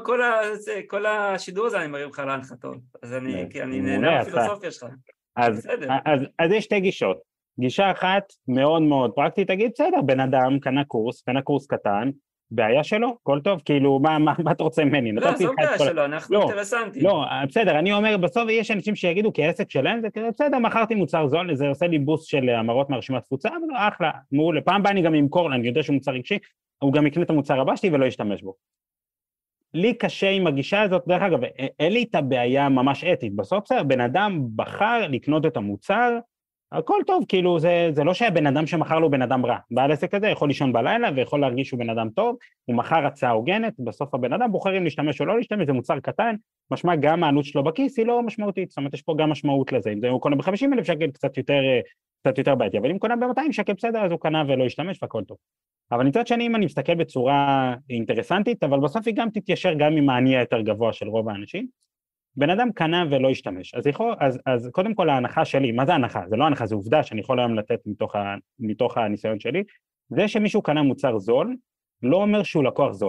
כל השידור הזה אני מרים לך להנחתות, כי אני נהנה בפילוסופיה שלך. אז יש 2 גישות. גישה אחת מאוד מאוד פרקטית, תגיד, בסדר, בן אדם קנה קורס קטן, בעיה שלו, כל טוב, כאילו, מה אתה רוצה ממני? לא, זו בעיה שלו, אנחנו אינטרסנטים. לא, בסדר, אני אומר, בסוף יש אנשים שיגידו, כי העסק שלהם זה כזה, בסדר, מכרתי מוצר זול, זה עושה לי בוסט של המרות מהרשימת תפוצה, אבל אחלה, מעולה, פעם באה אני גם אמכור, אני יודע שהוא מוצר רגשי, הוא גם יקנה את המוצר הבא שלי ולא ישתמש בו. לי קשה עם הגישה הזאת, דרך אגב, אין לי את הבעיה ממש אתית, בסוף בסדר, בן אדם בחר לקנות את המוצר, הכל טוב, כאילו זה לא שהבן אדם שמחר לו בן אדם רע, בעל עסק הזה יכול לישון בלילה ויכול להרגיש שהוא בן אדם טוב, הוא מחר הצעה הוגנת, בסוף הבן אדם בוחר אם להשתמש או לא להשתמש, זה מוצר קטן, משמע גם העלות שלו בכיס היא לא משמעותית, זאת אומרת יש פה גם משמעות לזה, אם הוא קונה ב-50,000 שקל קצת יותר בעייתי, אבל אם קונה ב-200 שקל בסדר, אז הוא קנה ולא ישתמש והכל טוב. אבל מצד שני, אם אני מסתכל בצורה אינטרסנטית, אבל בסוף היא גם תתיישר גם עם העני היותר גבוה של רוב האנשים, בן אדם קנה ולא ישתמש, אז קודם כל ההנחה שלי, מה זה ההנחה? זה לא הנחה, זה עובדה שאני יכול היום לתת מתוך הניסיון שלי, זה שמישהו קנה מוצר זול, לא אומר שהוא לקוח זול.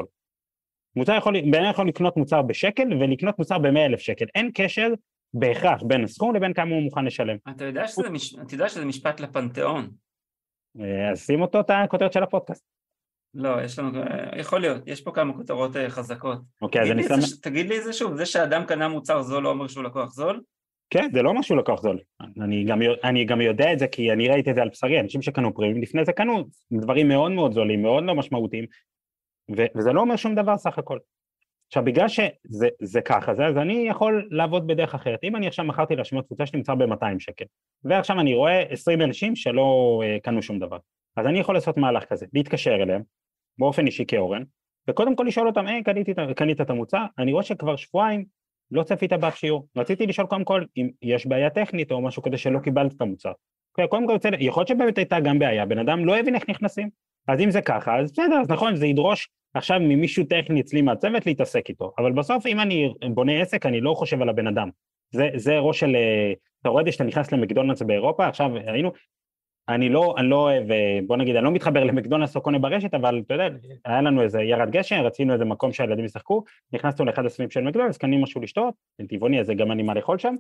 בן אדם יכול לקנות מוצר בשקל ולקנות מוצר ב100,000 שקל, אין קשר בהכרח בין הסכום לבין כמה הוא מוכן לשלם. אתה יודע שזה משפט לפנתיאון. אז שים אותו את הכותרת של הפודקאסט. לא, יכול להיות, יש פה כמה כותרות חזקות. אוקיי, אז תגיד לי את זה שוב, זה שאדם קנה מוצר זול לא אומר שהוא לקוח זול? כן, זה לא משהו לקוח זול. אני גם יודע את זה, כי אני ראיתי את זה על בשרי, אנשים שקנו פרימים, לפני זה קנו דברים מאוד מאוד זולים, מאוד לא משמעותיים, וזה לא אומר שום דבר סך הכל. עכשיו, בגלל שזה ככה, אז אני יכול לעבוד בדרך אחרת. אם אני עכשיו מכרתי להשמות קבוצה שלי מוצר ב-200 שקל, ועכשיו אני רואה 20 אנשים שלא קנו שום דבר. אז אני יכול לעשות מהלך כזה, להתקשר אליהם, באופן אישי כאורן, וקודם כל לשאול אותם, קנית את המוצר, אני רואה שכבר שבועיים לא צפית באף שיעור, רציתי לשאול קודם כל אם יש בעיה טכנית או משהו כדי שלא קיבלת את המוצר. קודם כל, יכול להיות שבאמת הייתה גם בעיה, בן אדם לא הבין איך נכנסים, אז אם זה ככה, אז בסדר, אז נכון, זה ידרוש עכשיו ממישהו טכני אצלי מהצוות להתעסק איתו, אבל בסוף אם אני בונה עסק, אני לא חושב על הבן אדם, זה ראש של, אתה רואה שאתה נכנס למקדונלדס באירופה, עכשיו היינו, אני לא אוהב, בוא נגיד, אני לא מתחבר למקדונלדס או קונה ברשת, אבל אתה יודע, היה לנו איזה ירד גשם, רצינו איזה מקום שהילדים ישחקו, נכנסנו לאחד הסניפים של מקדונלדס, קנינו משהו לשתות, טבעוני, אז גם אני מה לאכול שם,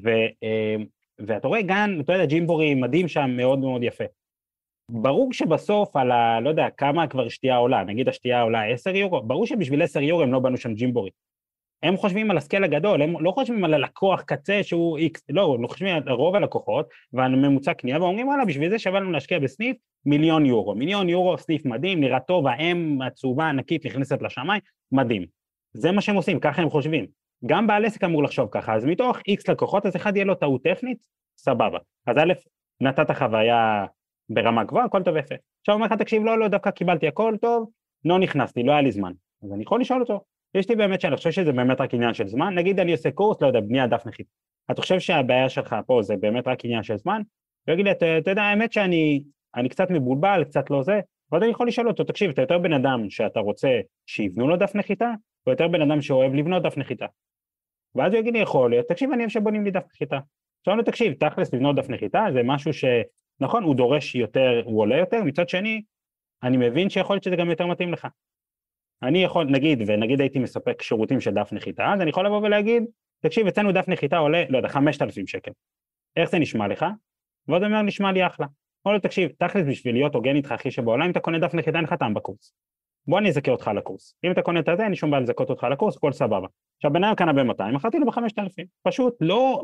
ואתה רואה גן, אתה יודע, ג'ימבורי מדהים שם, מאוד מאוד יפה. ברור שבסוף על לא יודע, כמה כבר שתייה עולה, נגיד השתייה עולה 10 יורו, ברור שבשביל 10 יורו הם לא בנו שם ג'ימבורי. הם חושבים על הסקל הגדול, הם לא חושבים על הלקוח קצה שהוא X, לא, הם חושבים על רוב הלקוחות, והממוצע קנייה, ואומרים, וואלה, בשביל זה שווה לנו להשקיע בסניף 1,000,000 יורו. 1,000,000 יורו, סניף מדהים, נראה טוב, האם הצהובה ענקית נכנסת לשמיים, מדהים. זה מה שהם עושים, ככה הם חושבים. גם בעל עסק אמור לחשוב ככה, אז מתוך X לקוחות, אז אחד יהיה לו טעות טכנית, סבבה. אז א', נתת חוויה ברמה גבוהה, הכל טוב יפה. עכשיו אומר לך, תקשיב, לא, דווקא קיבלתי הכל טוב, לא נכנסתי, לא היה לי זמן. אז אני יכול לשאול אותו. יש לי באמת שאני חושב שזה באמת רק עניין של זמן, נגיד אני עושה קורס, לא יודע, בנייה דף נחיתה. אתה חושב שהבעיה שלך פה זה באמת רק עניין של זמן? ויגיד לי, אתה יודע, האמת שאני קצת מבולבל, קצת לא זה, ועוד אני יכול לשאול אותו, תקשיב, אתה יותר בן אדם שאתה רוצה שיבנו לו דף נחיתה, או יותר בן אדם שאוהב לבנות דף נחיתה? ואז הוא יגיד לי, יכול להיות, תקשיב, אני אוהב שבונים לי דף נחיתה. עכשיו אני תקשיב, תכלס לבנות דף נחיתה, זה משהו שנכון, הוא דורש יותר, הוא עולה יותר, מצד שני, אני מבין שיכול להיות שזה גם יותר מתאים לך. אני יכול, נגיד הייתי מספק שירותים של דף נחיתה, אז אני יכול לבוא ולהגיד, תקשיב, אצלנו דף נחיתה עולה, לא יודע, 5,000 שקל. איך זה נשמע לך? ועוד אומר, נשמע לי אחלה. או לא, תקשיב, תכלס בשביל להיות הוגן איתך הכי שבעולם, אם אתה קונה דף נחיתה, אין לך טעם בקורס. בוא אני אזכה אותך לקורס. אם אתה קונה את זה, אין שום בעיה לזכות אותך לקורס, כל סבבה. עכשיו, ביניים קנה ב-200, מכרתי לו ב-5,000. פשוט לא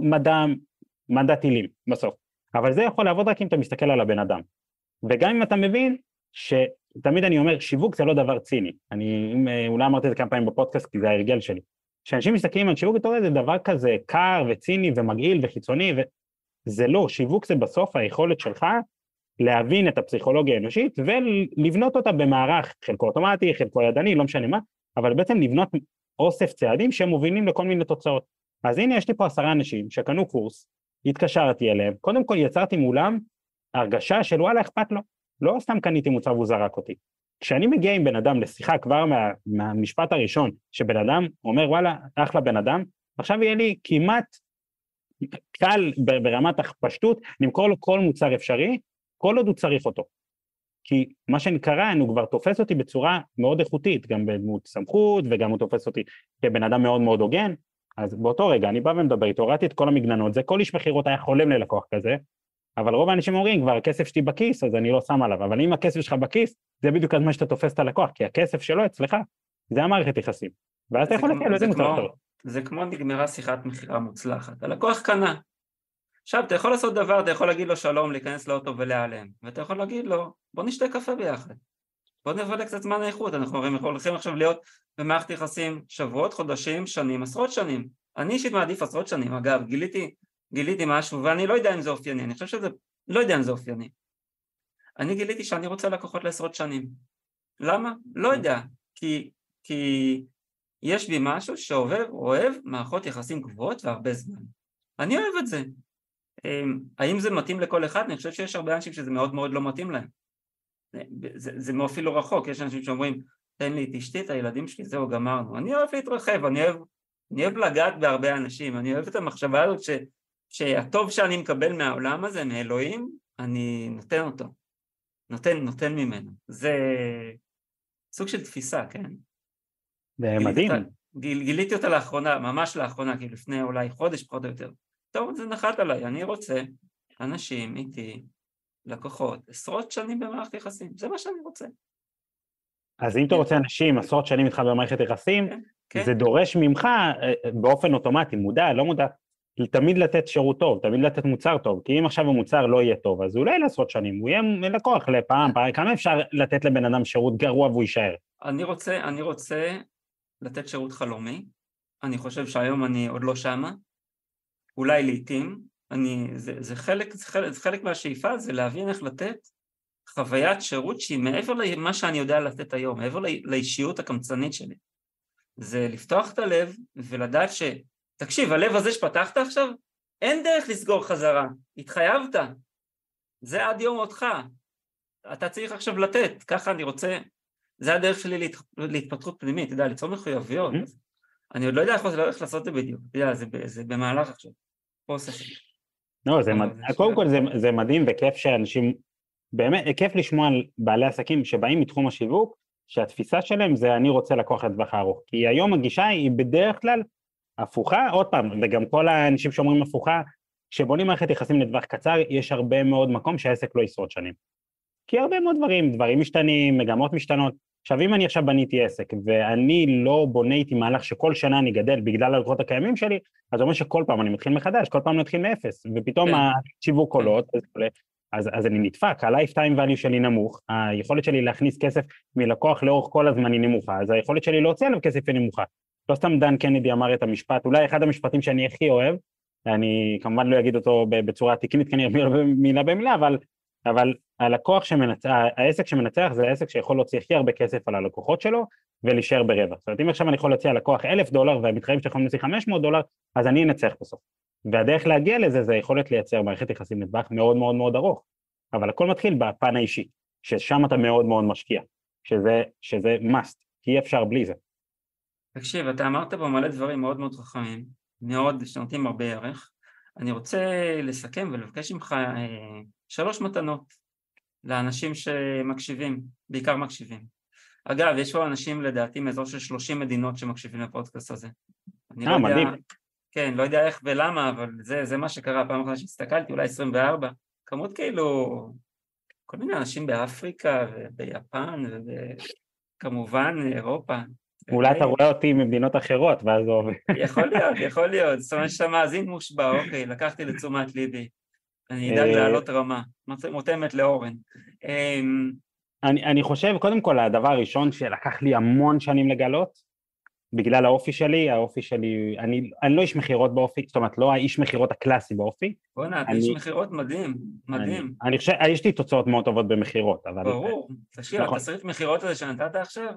מדע טילים בסוף. אבל זה יכול לעבוד רק אם אתה מסתכל על הבן אדם. וגם אם אתה מבין שתמיד אני אומר, שיווק זה לא דבר ציני. אולי אמרתי את זה כמה פעמים בפודקאסט, כי זה ההרגל שלי. כשאנשים מסתכלים על שיווק, אתה רואה, זה דבר כזה קר וציני ומגעיל וחיצוני, וזה לא, שיווק זה בסוף היכולת שלך להבין את הפסיכולוגיה האנושית, ולבנות אותה במערך, חלקו אוטומטי, חלקו ידני, לא משנה מה, אבל בעצם לבנות אוסף צעדים שמובילים לכל מיני תוצאות. אז הנה, יש לי פה 10 אנשים שקנו קורס, התקשרתי אליהם, קודם כל יצרתי מולם הרגשה של וואלה, אכפת לו. לא סתם קניתי מוצר והוא זרק אותי. כשאני מגיע עם בן אדם לשיחה כבר מהמשפט הראשון, שבן אדם אומר וואלה, אחלה בן אדם, עכשיו יהיה לי כמעט קל ברמת הפשטות, למכור לו כל מוצר אפשרי, כל עוד הוא צריך אותו. כי מה שנקרא, הוא כבר תופס אותי בצורה מאוד איכותית, גם בדמות סמכות, וגם הוא תופס אותי כבן אדם מאוד מאוד הוגן, אז באותו רגע אני בא ומדבר איתו, הורדתי את כל המגננות, זה כל איש מחירות היה חולם ללקוח כזה, אבל רוב האנשים אומרים, כבר הכסף שלי בכיס, אז אני לא שם עליו, אבל אם הכסף שלך בכיס, זה בדיוק מה שאתה תופס את הלקוח, כי הכסף שלו אצלך, זה המערכת יחסים. ואז אתה יכול לתת לו, זה מוצר טוב. זה כמו נגמרה שיחת מחירה מוצלחת, הלקוח קנה. עכשיו, אתה יכול לעשות דבר, אתה יכול להגיד לו שלום, להיכנס לאוטו ולהיעלם, ואתה יכול להגיד לו, בוא נשתה קפה ביחד, בוא נבלה קצת זמן האיכות, אנחנו הולכים עכשיו להיות במערכת יחסים שבועות, חודשים, שנים, עשרות שנים. אני אישית מעדיף עשרות שנים, אגב, גיליתי משהו, ואני לא יודע אם זה אופייני, אני חושב שזה, לא יודע אם זה אופייני. אני גיליתי שאני רוצה לקוחות לעשרות שנים. למה? לא יודע, כי יש בי משהו שאוהב מערכות יחסים גבוהות והרבה זמן. אני אוהב את זה. האם זה מתאים לכל אחד? אני חושב שיש הרבה אנשים שזה מאוד מאוד לא מתאים להם. זה אפילו רחוק, יש אנשים שאומרים, תן לי, תשתי את הילדים שלי, זהו, גמרנו. אני אוהב להתרחב, אני אוהב לגעת בהרבה אנשים, אני אוהב את המחשבה הזאת שהטוב שאני מקבל מהעולם הזה, מאלוהים, אני נותן אותו. נותן ממנו. זה סוג של תפיסה, כן? זה מדהים. גיליתי אותה לאחרונה, ממש לאחרונה, כי לפני אולי חודש פחות או יותר. טוב, זה נחת עליי, אני רוצה אנשים איתי, לקוחות, עשרות שנים במערכת יחסים, זה מה שאני רוצה. אז אם אתה רוצה אנשים עשרות שנים איתך במערכת יחסים, זה דורש ממך באופן אוטומטי, מודע, לא מודע, תמיד לתת שירות טוב, תמיד לתת מוצר טוב, כי אם עכשיו המוצר לא יהיה טוב, אז אולי לעשרות שנים, הוא יהיה לקוח לפעם, כמה אפשר לתת לבן אדם שירות גרוע והוא יישאר? אני רוצה לתת שירות חלומי, אני חושב שהיום אני עוד לא שמה, אולי לעתים, זה חלק מהשאיפה, זה להבין איך לתת חוויית שירות שהיא מעבר למה שאני יודע לתת היום, מעבר לאישיות הקמצנית שלי. זה לפתוח את הלב ולדעת תקשיב, הלב הזה שפתחת עכשיו, אין דרך לסגור חזרה, התחייבת, זה עד יום אותך, אתה צריך עכשיו לתת, ככה אני רוצה, זה הדרך שלי להתפתחות פנימית, אתה יודע, ליצור מחויבויות, אני עוד לא יודע איך לעשות את זה בדיוק, אתה יודע, זה במהלך עכשיו, פרוסס. לא, קודם כל זה מדהים וכיף שאנשים, באמת, כיף לשמוע על בעלי עסקים שבאים מתחום השיווק, שהתפיסה שלהם זה אני רוצה לקוח לטווח הארוך, כי היום הגישה היא בדרך כלל הפוכה, עוד פעם, וגם כל האנשים שאומרים הפוכה, כשבונים מערכת יחסים לטווח קצר, יש הרבה מאוד מקום שהעסק לא ישרוד שנים. כי הרבה מאוד דברים משתנים, מגמות משתנות. עכשיו, אם אני עכשיו בניתי עסק, ואני לא בונה איתי מהלך שכל שנה אני גדל בגלל הלקוחות הקיימים שלי, אז זה אומר שכל פעם אני מתחיל מחדש, כל פעם אני מתחיל מאפס, ופתאום השיווק עולות, אז אני נדפק, ה-lifetime value שלי נמוך, היכולת שלי להכניס כסף מלקוח לאורך כל הזמן היא נמוכה, אז היכולת שלי להוציא עליו כסף היא נמוכה. לא סתם דן קנדי אמר את המשפט, אולי אחד המשפטים שאני הכי אוהב, אני כמובן לא אגיד אותו בצורה תקנית, כי אני אומר מילה במילה, אבל הלקוח שמנצח, העסק שמנצח זה העסק שיכול להוציא הכי הרבה כסף על הלקוחות שלו, ולהישאר ברבע. זאת אומרת, אם עכשיו אני יכול להציע לקוח $1,000, והמתחייב שיכולים להוציא $500, אז אני אנצח בסוף. והדרך להגיע לזה, זה יכולת לייצר מערכת יחסים לטווח מאוד מאוד מאוד ארוך. אבל הכל מתחיל בפן האישי, ששם אתה מאוד מאוד משקיע, שזה must, כי אי אפשר בלי זה. תקשיב, אתה אמרת פה מלא דברים מאוד מאוד חכמים, מאוד שנותנים הרבה ערך. אני רוצה לסכם ולבקש ממך 3 מתנות לאנשים שמקשיבים, בעיקר מקשיבים. אגב, יש פה אנשים לדעתי מאזור של 30 מדינות שמקשיבים לפודקאסט הזה. אני לא יודע, מדהים. כן, לא יודע איך ולמה, אבל זה מה שקרה פעם אחת שהסתכלתי, אולי 24, כמות כאילו, כל מיני אנשים באפריקה וביפן וכמובן אירופה. אולי אתה רואה אותי ממדינות אחרות, ואז זה עובד. יכול להיות, זאת אומרת שאתה מאזין מושבע, אוקיי, לקחתי לתשומת ליבי, אני אדאג לעלות רמה, מותאמת לאורן. אני חושב, קודם כל, הדבר הראשון שלקח לי המון שנים לגלות, בגלל האופי שלי, אני לא איש מחירות באופי, זאת אומרת, לא האיש מחירות הקלאסי באופי. בוא'נה, אתה איש מחירות מדהים, מדהים. אני חושב, יש לי תוצאות מאוד טובות במחירות, אבל... ברור, תשאיר, התסריט מחירות הזה שנתת עכשיו,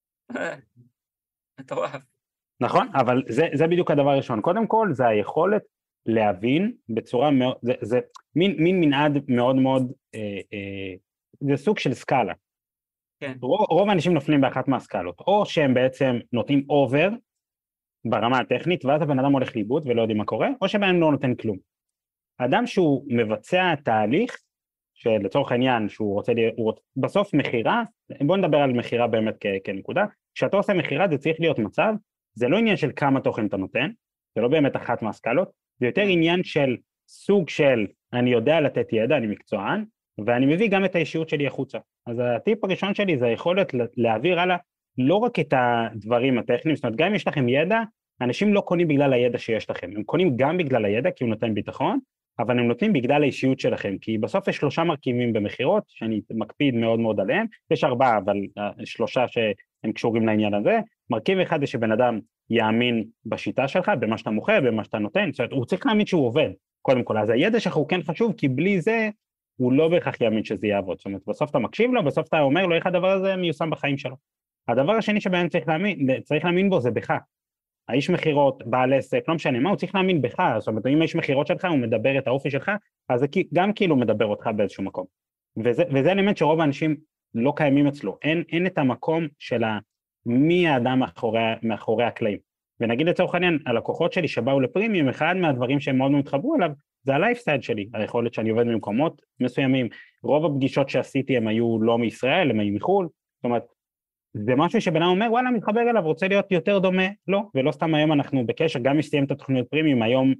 מטורף. נכון, אבל זה בדיוק הדבר הראשון. קודם כל, זה היכולת להבין בצורה מאוד, זה מין מנעד מאוד מאוד, זה סוג של סקאלה. כן. רוב האנשים נופלים באחת מהסקאלות, או שהם בעצם נותנים אובר ברמה הטכנית, ואז הבן אדם הולך לאיבוד ולא יודעים מה קורה, או שבהם לא נותן כלום. אדם שהוא מבצע תהליך, שלצורך העניין שהוא רוצה, בסוף מחירה, בואו נדבר על מחירה באמת כנקודה, כשאתה עושה מחירה זה צריך להיות מצב, זה לא עניין של כמה תוכן אתה נותן, זה לא באמת אחת מהסקלות, זה יותר עניין של סוג של אני יודע לתת ידע, אני מקצוען, ואני מביא גם את האישיות שלי החוצה. אז הטיפ הראשון שלי זה היכולת להעביר הלאה לא רק את הדברים הטכניים, זאת אומרת גם אם יש לכם ידע, אנשים לא קונים בגלל הידע שיש לכם, הם קונים גם בגלל הידע כי הוא נותן ביטחון, אבל הם נותנים בגלל האישיות שלכם, כי בסוף יש 3 מרכיבים במחירות, שאני מקפיד מאוד מאוד עליהם, יש 4, אבל 3 שהם קשורים לעניין הזה, מרכיב אחד זה שבן אדם יאמין בשיטה שלך, במה שאתה מוכר, במה שאתה נותן, זאת אומרת, הוא צריך להאמין שהוא עובד, קודם כל, אז הידע שלך הוא כן חשוב, כי בלי זה, הוא לא בהכרח יאמין שזה יעבוד, זאת אומרת, בסוף אתה מקשיב לו, בסוף אתה אומר לו איך הדבר הזה מיושם בחיים שלו. הדבר השני שבהם צריך להאמין בו זה בך. האיש מחירות, בעל עסק, לא משנה מה, הוא צריך להאמין בך, זאת אומרת, אם האיש מחירות שלך, הוא מדבר את האופי שלך, אז זה גם כאילו מדבר אותך באיזשהו מקום. וזה אלמנט שרוב האנשים לא קיימים אצלו, אין את המקום של מי האדם מאחורי הקלעים. ונגיד לצורך העניין, הלקוחות שלי שבאו לפרימיום, אחד מהדברים שהם מאוד מתחברו אליו, זה הלייפסטייל שלי, היכולת שאני עובד במקומות מסוימים, רוב הפגישות שעשיתי הם היו לא מישראל, הם היו מחול, זאת אומרת, זה משהו שבן אומר, וואלה, מתחבר אליו, רוצה להיות יותר דומה, לא, ולא סתם היום אנחנו בקשר, גם מסיים את התוכניות פרימיום, היום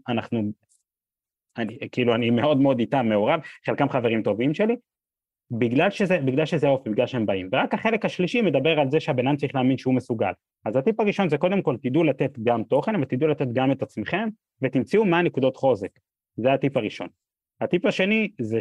אני מאוד מאוד איתם מעורב, חלקם חברים טובים שלי, בגלל שזה אופי, בגלל שהם באים, ורק החלק השלישי מדבר על זה שהבן צריך להאמין שהוא מסוגל, אז הטיפ הראשון זה קודם כל, תדעו לתת גם תוכן, ותדעו לתת גם את עצמכם, ותמצאו מה נקודות חוזק, זה הטיפ הראשון. הטיפ השני זה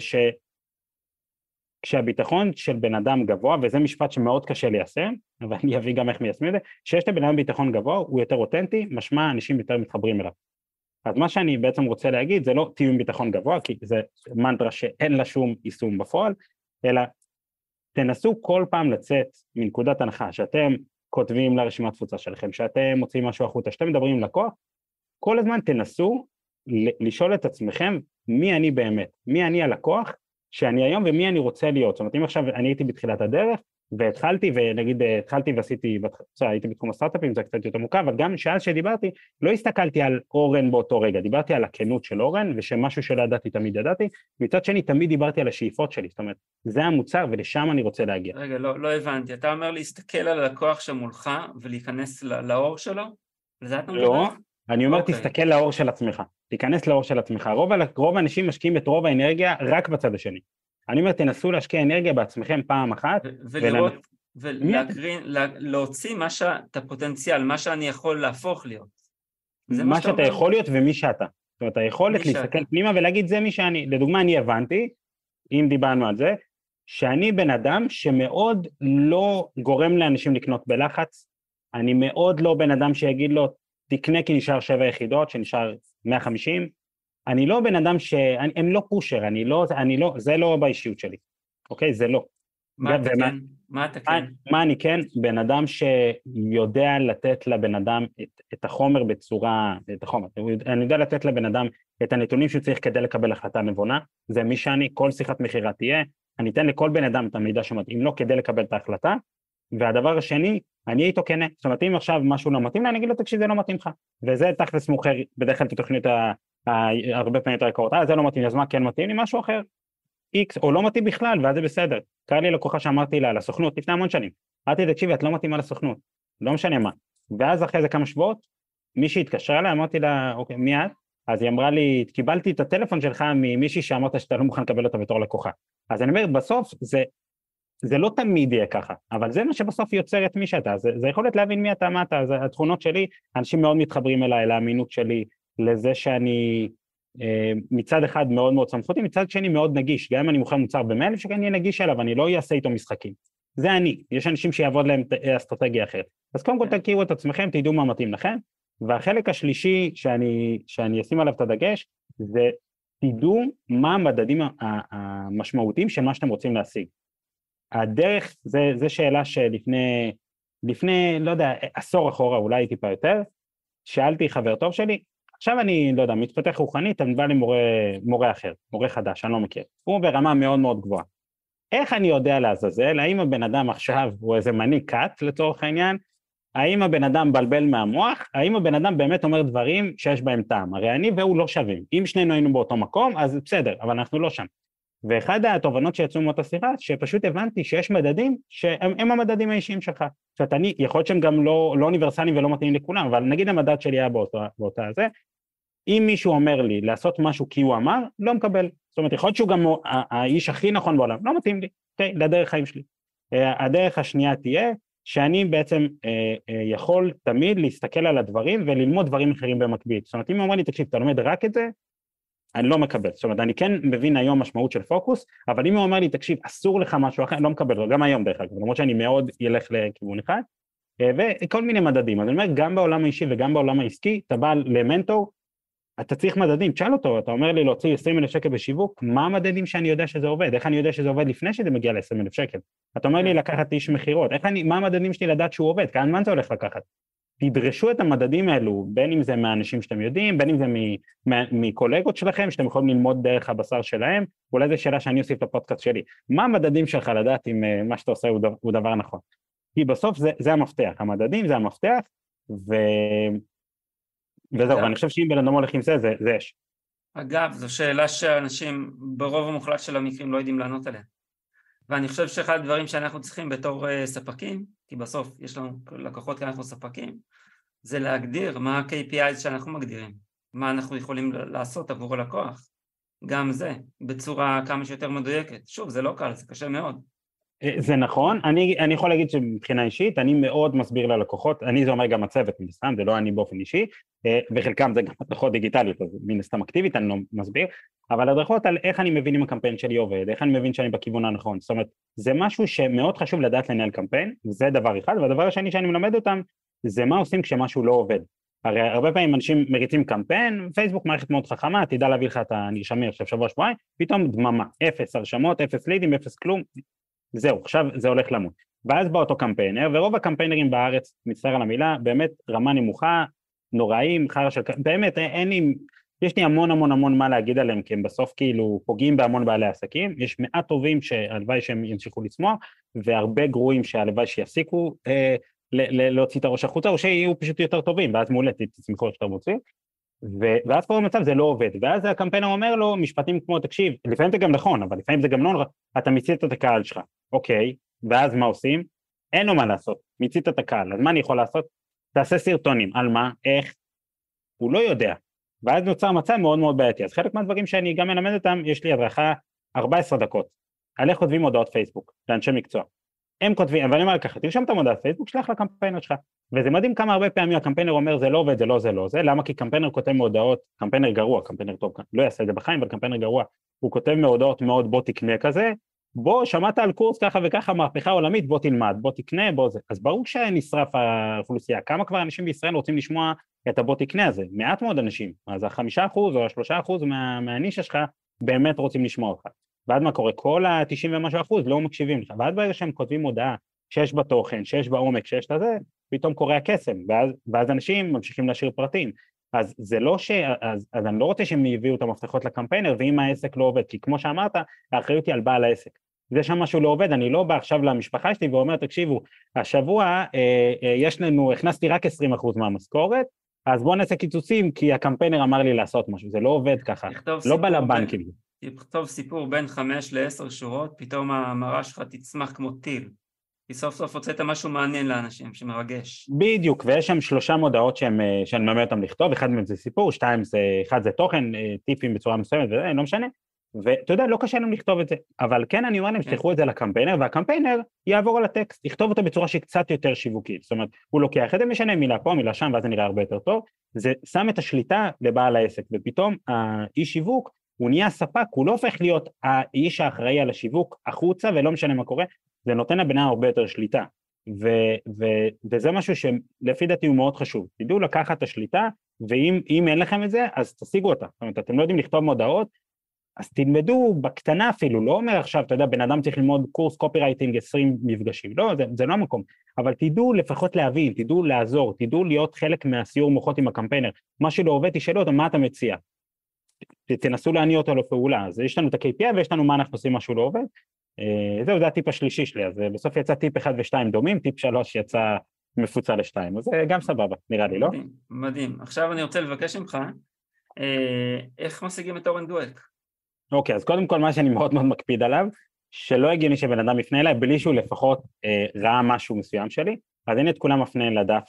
כשהביטחון של בן אדם גבוה, וזה משפט שמאוד קשה ליישם, אבל אני אביא גם איך מיישמים את זה, שיש לבן אדם ביטחון גבוה, הוא יותר אותנטי, משמע אנשים יותר מתחברים אליו. אז מה שאני בעצם רוצה להגיד, זה לא תהיו עם ביטחון גבוה, כי זה מנטרה שאין לה שום יישום בפועל, אלא תנסו כל פעם לצאת מנקודת הנחה, שאתם כותבים לרשימת תפוצה שלכם, שאתם מוצאים משהו החוצה, שאתם מדברים עם לקוח, כל הזמן תנסו לשאול את עצמכם, מי אני באמת, מי אני הלקוח, שאני היום ומי אני רוצה להיות. זאת אומרת, אם עכשיו אני הייתי בתחילת הדרך, והתחלתי, ונגיד התחלתי ועשיתי, הייתי בתחום הסטארט-אפים, זה קצת יותר מורכב, אבל גם שאז שדיברתי, לא הסתכלתי על אורן באותו רגע, דיברתי על הכנות של אורן, ושמשהו שלא ידעתי תמיד ידעתי, מצד שני תמיד דיברתי על השאיפות שלי, זאת אומרת, זה המוצר ולשם אני רוצה להגיע. רגע, לא הבנתי, אתה אומר להסתכל על הלקוח שמולך ולהיכנס לאור שלו? לזה אתה מדבר? לא, אני אומר תסתכל לאור של עצמך, תיכנס לאור של עצמך, רוב האנשים משקיעים את רוב האנרגיה רק בצד השני. אני אומר, תנסו להשקיע אנרגיה בעצמכם פעם אחת. ולראות, ולהוציא את הפוטנציאל, מה שאני יכול להפוך להיות. מה שאתה יכול להיות ומי שאתה. זאת אומרת, היכולת להסתכל פנימה ולהגיד, זה מי שאני. לדוגמה, אני הבנתי, אם דיברנו על זה, שאני בן אדם שמאוד לא גורם לאנשים לקנות בלחץ, אני מאוד לא בן אדם שיגיד לו, תקנה כי נשאר 7 יחידות, שנשאר 150, אני לא בן אדם הם לא פושר, זה לא באישיות שלי, אוקיי? זה לא. מה אתה כן? מה אני כן? בן אדם שיודע לתת לבן אדם את החומר בצורה, אני יודע לתת לבן אדם את הנתונים שהוא צריך כדי לקבל החלטה נבונה, זה מי שאני, כל שיחת מחירה תהיה, אני אתן לכל בן אדם את המידע שמתאים לו כדי לקבל את ההחלטה, והדבר השני, אני איתו כנה, זאת אומרת, אם עכשיו משהו לא מתאים לה, אני אגיד לו, תקשיב, זה לא מתאים לך, וזה תכלס מוכר בדרך כלל בתוכנית הרבה פעמים יותר יקרות, זה לא מתאים, אז מה כן מתאים לי? משהו אחר, X, או לא מתאים בכלל, ואז זה בסדר. קרא לי לקוחה שאמרתי לה, לסוכנות, לפני המון שנים, אמרתי, תקשיבי, את לא מתאימה לסוכנות, לא משנה מה, ואז אחרי זה כמה שבועות, מישהי התקשרה לה, אמרתי לה, אוקיי, מי את? אז היא אמרה לי, קיבלתי את הטלפון שלך ממישהי שאמרת שאתה לא מוכן לקבל אותה בתור לקוחה. אז אני אומר, בסוף זה לא תמיד יהיה ככה, אבל זה מה שבסוף יוצר את מי שאתה, זה יכולת להבין מי אתה, מה אתה, זה התכונות שלי, אנשים מאוד מתחברים אליי, לאמינות שלי, לזה שאני מצד אחד מאוד מאוד סמכותי, מצד שני מאוד נגיש, גם אם אני מוכן מוצר ב100,000 שכן יהיה נגיש אליו, אני לא אעשה איתו משחקים. זה אני, יש אנשים שיעבוד להם אסטרטגיה אחרת. אז קודם כל תכירו את עצמכם, תדעו מה מתאים לכם, והחלק השלישי שאני אשים עליו את הדגש, זה תדעו מה המדדים המשמעותיים של מה שאתם רוצים להשיג. הדרך, זה שאלה שלפני, לא יודע, עשור אחורה, אולי טיפה יותר, שאלתי חבר טוב שלי, עכשיו אני, לא יודע, מתפתח רוחנית, אני בא למורה אחר, מורה חדש, אני לא מכיר. הוא ברמה מאוד מאוד גבוהה. איך אני יודע לעזאזל, האם הבן אדם עכשיו הוא איזה מנהיג קאט לצורך העניין, האם הבן אדם בלבל מהמוח, האם הבן אדם באמת אומר דברים שיש בהם טעם, הרי אני והוא לא שווים, אם שנינו היינו באותו מקום, אז בסדר, אבל אנחנו לא שם. ואחד התובנות שיצאו מאותה שיחה, שפשוט הבנתי שיש מדדים שהם המדדים האישיים שלך. זאת אומרת, יכול להיות שהם גם לא אוניברסליים ולא מתאים לכולם, אבל נגיד המדד שלי היה באותה הזה, אם מישהו אומר לי לעשות משהו כי הוא אמר, לא מקבל. זאת אומרת, יכול להיות שהוא גם האיש הכי נכון בעולם, לא מתאים לי, אוקיי, לדרך חיים שלי. הדרך השנייה תהיה, שאני בעצם יכול תמיד להסתכל על הדברים וללמוד דברים אחרים במקביל. זאת אומרת, אם הוא אומר לי, תקשיב, אתה לומד רק את זה, אני לא מקבל. זאת אומרת, אני כן מבין היום משמעות של פוקוס, אבל אם הוא אומר לי, תקשיב, אסור לך משהו אחר, אני לא מקבל, גם היום דרך אגב, למרות שאני מאוד ילך לכיוון אחד, וכל מיני מדדים. אז אני אומר, גם בעולם האישי וגם בעולם העסקי, אתה בא למנטור, אתה צריך מדדים, תשאל אותו, אתה אומר לי להוציא 20,000 שקל בשיווק, מה המדדים שאני יודע שזה עובד? איך אני יודע שזה עובד לפני שזה מגיע ל-20,000 שקל? אתה אומר לי לקחת איש מחירות, מה המדדים שלי לדעת שהוא עובד? כמה זמן זה הולך לקחת? תדרשו את המדדים האלו, בין אם זה מהאנשים שאתם יודעים, בין אם זה מקולגות שלכם, שאתם יכולים ללמוד דרך הבשר שלהם, אולי זו שאלה שאני אוסיף לפודקאסט שלי. מה המדדים שלך לדעת אם מה שאתה עושה הוא דבר נכון? כי בסוף זה המפתח, המדדים זה המפתח, וזהו, ואני חושב שאם בן אדם הולך עם זה יש. אגב, זו שאלה שאנשים ברוב המוחלט של המקרים לא יודעים לענות עליה. ואני חושב שאחד הדברים שאנחנו צריכים בתור ספקים, כי בסוף יש לנו לקוחות כי אנחנו ספקים, זה להגדיר מה ה-KPIs שאנחנו מגדירים, מה אנחנו יכולים לעשות עבור הלקוח. גם זה, בצורה כמה שיותר מדויקת. שוב, זה לא קל, זה קשה מאוד. זה נכון, אני יכול להגיד שמבחינה אישית, אני מאוד מסביר ללקוחות, אני זה אומר גם הצוות מן הסתם, זה לא אני באופן אישי, וחלקם זה גם הדרכות דיגיטליות, אז מן הסתם אקטיבית, אני לא מסביר, אבל הדרכות על איך אני מבין אם הקמפיין שלי עובד, איך אני מבין שאני בכיוון הנכון, זאת אומרת, זה משהו שמאוד חשוב לדעת לנהל קמפיין, זה דבר אחד, והדבר השני שאני מלמד אותם, זה מה עושים כשמשהו לא עובד. הרי הרבה פעמים אנשים מריצים קמפיין, פייסבוק מערכת מאוד חכמה, תדע להביא לך את הנרשמים עכשיו שבוע-שבועיים, פתאום דממה, 0 הרשמות, 0 לידים, 0 כלום, זהו, עכשיו זה הולך למות. ואז בא אותו קמפיינר, ורוב הקמפיינרים בארץ, מצטער על המילה, באמת רמה נמוכה, נוראים, חרא של, באמת, יש לי המון המון המון מה להגיד עליהם, כי הם בסוף כאילו פוגעים בהמון בעלי עסקים, יש מעט טובים שהלוואי שהם ימשיכו לצמוח, והרבה גרועים שהלוואי שיפסיקו להוציא את הראש החוצה, או שיהיו פשוט יותר טובים, ואז מעולה, תצמחו שאתה מוציא, ואז פה במצב זה לא עובד, ואז הקמפיינר אומר לו משפטים כמו, תקשיב, לפעמים זה גם נכון, אבל לפעמים זה גם לא, אתה מיצית את הקהל שלך, אוקיי, ואז מה עושים? אין לו מה לעשות, מיצית את הקהל, אז מה אני יכול לעשות? תעשה סרטונים, על מה, איך, הוא לא יודע, ואז נוצר מצב מאוד מאוד בעייתי, אז חלק מהדברים שאני גם מלמד אותם, יש לי הדרכה 14 דקות, על איך כותבים הודעות פייסבוק, לאנשי מקצוע, הם כותבים, אבל אני אומר ככה, תרשום את המודעת פייסבוק, שלח לקמפיינר שלך, וזה מדהים כמה הרבה פעמים הקמפיינר אומר זה לא עובד, זה לא זה לא זה, למה? כי קמפיינר כותב מהודעות, קמפיינר גרוע, קמפיינר טוב, לא יעשה את זה בחיים, אבל קמפיינר גרוע, הוא כותב מהודעות מאוד בוא תקנה כזה, בוא שמעת על קורס ככה וככה, מהפכה עולמית, בוא תלמד, בוא תקנה, בוא זה, אז ברור שנשרף האוכלוסייה, כמה כבר אנשים בישראל רוצים לשמוע את הבוא תקנה הזה, מעט מאוד אנשים, אז 5% או 3% מהנישה שלך באמת רוצים לשמוע אותך, ועד מה קורה, כל ה-90 ומשהו אחוז לא מקשיבים לך, ועד ברגע שהם כותבים הודעה שיש בה תוכן, שיש בה עומק, שיש את הזה, פתאום קורה הקסם, ואז אנשים ממשיכים להשאיר פרטים, אז זה לא אז אני לא רוצה שהם יביאו את המפתחות לקמפיינר, ואם העסק לא עובד, כי כמו שאמרת, האחריות היא על בעל העסק, זה שם משהו לא עובד, אני לא בא עכשיו למשפחה שלי ואומר, תקשיבו, השבוע יש לנו, הכנסתי רק 20% מהמשכורת, אז בואו נעשה קיצוצים, כי הקמפיינר אמר לי לעשות משהו, זה לא עובד ככה, לא בא לבנקים. תכתוב סיפור בין 5 ל-10 שורות, פתאום המראה שלך תצמח כמו טיל, כי סוף סוף הוצאת משהו מעניין לאנשים, שמרגש. בדיוק, ויש שם 3 מודעות שאני ממד אותם לכתוב, אחד מהם זה סיפור, אחד זה תוכן, טיפים בצורה מסוימת, וזה לא משנה, ואתה יודע, לא קשה לנו לכתוב את זה, אבל כן אני אומר להם, שתלכו את זה לקמפיינר, והקמפיינר יעבור על הטקסט, יכתוב אותו בצורה שהיא קצת יותר שיווקית, זאת אומרת, הוא לוקח את זה, משנה מילה פה, מילה שם, ואז זה נראה הרבה יותר טוב, זה שם את השליטה לבעל העסק, ופתאום האיש שיווק, הוא נהיה ספק, הוא לא הופך להיות האיש האחראי על השיווק החוצה, ולא משנה מה קורה, זה נותן לבנה הרבה יותר שליטה, וזה משהו שלפי דעתי הוא מאוד חשוב, תדעו לקחת את השליטה, ואם אין לכם את זה, אז תשיגו אותה, זאת אומרת, אתם לא יודעים לכתוב מודעות, אז תלמדו בקטנה אפילו, לא אומר עכשיו, אתה יודע, בן אדם צריך ללמוד קורס קופירייטינג 20 מפגשים, לא, זה לא המקום, אבל תדעו לפחות להבין, תדעו לעזור, תדעו להיות חלק מהסיור מוחות עם הקמפיינר, מה שלא עובד, תשאלו אותו, מה אתה מציע? תנסו להניע אותו לפעולה, אז יש לנו את ה-KPI ויש לנו מה אנחנו עושים משהו לא עובד, זהו, זה הטיפ השלישי שלי, אז בסוף יצא טיפ 1 ו-2 דומים, טיפ 3 יצא מפוצל ל-2, אז זה גם סבבה, נראה לי, לא? מדהים, מדהים. עכשיו אני רוצה לבקש ממך, איך משיגים את אורן דואק? אוקיי, אז קודם כל מה שאני מאוד מאוד מקפיד עליו, שלא הגיוני שבן אדם יפנה אליי, בלי שהוא לפחות ראה משהו מסוים שלי, אז הנה את כולם מפנה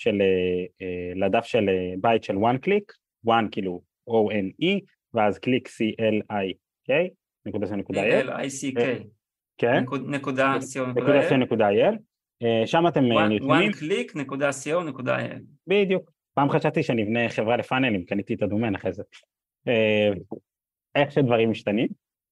לדף של בית של one click, one כאילו O-N-E, ואז click C-L-I-K, נקודה C.il, C-L-I-C-K, כן, נקודה C.il, שם אתם נרשמים, oneclick.co.il, בדיוק, פעם חשבתי שאני אבנה חברה לפאנלים, קניתי את הדומיין אחרי זה, איך שדברים משתנים,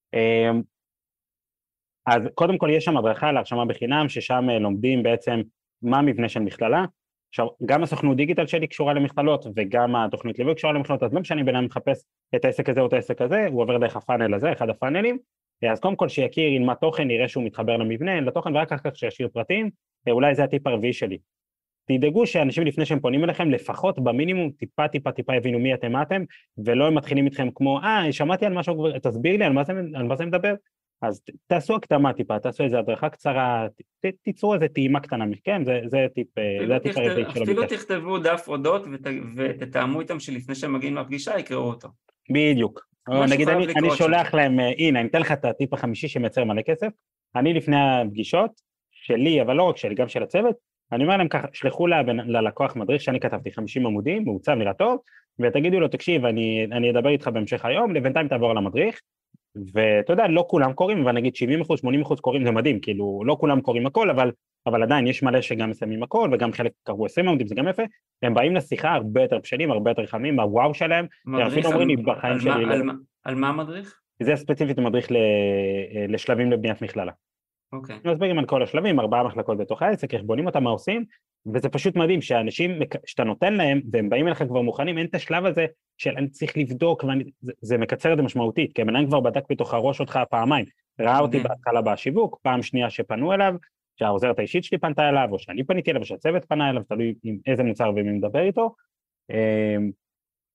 אז קודם כל יש שם הדרכה להרשמה בחינם, ששם לומדים בעצם מה המבנה של מכללה, עכשיו גם הסוכנות דיגיטל שלי קשורה למכללות, וגם התוכנית ליווי קשורה למכללות, אז לא משנה בן אדם מחפש את העסק הזה או את העסק הזה, הוא עובר דרך הפאנל הזה, אחד הפאנלים, אז קודם כל שיכיר ילמד תוכן, יראה שהוא מתחבר למבנה, לתוכן, ורק כך שישאיר פרטים, אולי זה הטיפ הרביעי שלי. תדאגו שאנשים לפני שהם פונים אליכם, לפחות במינימום טיפה יבינו מי אתם, ולא הם מתחילים איתכם כמו, שמעתי על משהו, תסביר לי על מה זה מדבר, אז תעשו הקדמה טיפה, תעשו איזו הדרכה קצרה, תיצרו איזה טעימה קטנה מכם, זה הטיפ הרביעי שלו. אפילו תכתבו דף אודות ותתאמו איתם שלפני שהם מגיעים לפגישה, יקראו אותו. בדיוק. נגיד אני שולח להם, הנה, אני אתן לך את הטיפ החמישי שמייצר מלא כסף, אני לפני הפגישות שלי, אבל לא רק שלי, גם של הצוות, אני אומר להם ככה, שלחו ללקוח מדריך שאני כתבתי 50 עמודים, מעוצב נראה טוב, ותגידו לו, תקשיב, אני אדבר איתך בהמשך היום, לבינתיים תעבור למדריך, ואתה יודע, לא כולם קוראים, אבל נגיד 70%, 80% קוראים, זה מדהים, כאילו, לא כולם קוראים הכל, אבל עדיין יש מלא שגם מסיימים הכל, וגם חלק קראו 20 עמודים, זה גם יפה, הם באים לשיחה הרבה יותר בשלים, הרבה יותר חמים, הוואו שלהם, אפילו אומרים לי בחיים שלי. על מה המדריך? זה ספציפית מדריך לשלבים לבניית מכללה. אוקיי. מסבירים על כל השלבים, 4 מחלקות בתוך העסק, איך בונים אותם, מה עושים, וזה פשוט מדהים שאנשים, שאתה נותן להם, והם באים אליך כבר מוכנים, אין את השלב הזה של אני צריך לבדוק, זה מקצר את זה משמעותית, כי המנהל כבר בדק בתוך הראש אותך פעמיים, ראה אותי בהתחלה בשיווק, פעם שנייה שפנו אליו, שהעוזרת האישית שלי פנתה אליו, או שאני פניתי אליו, או שהצוות פנה אליו, תלוי עם איזה מוצר ומי מדבר איתו,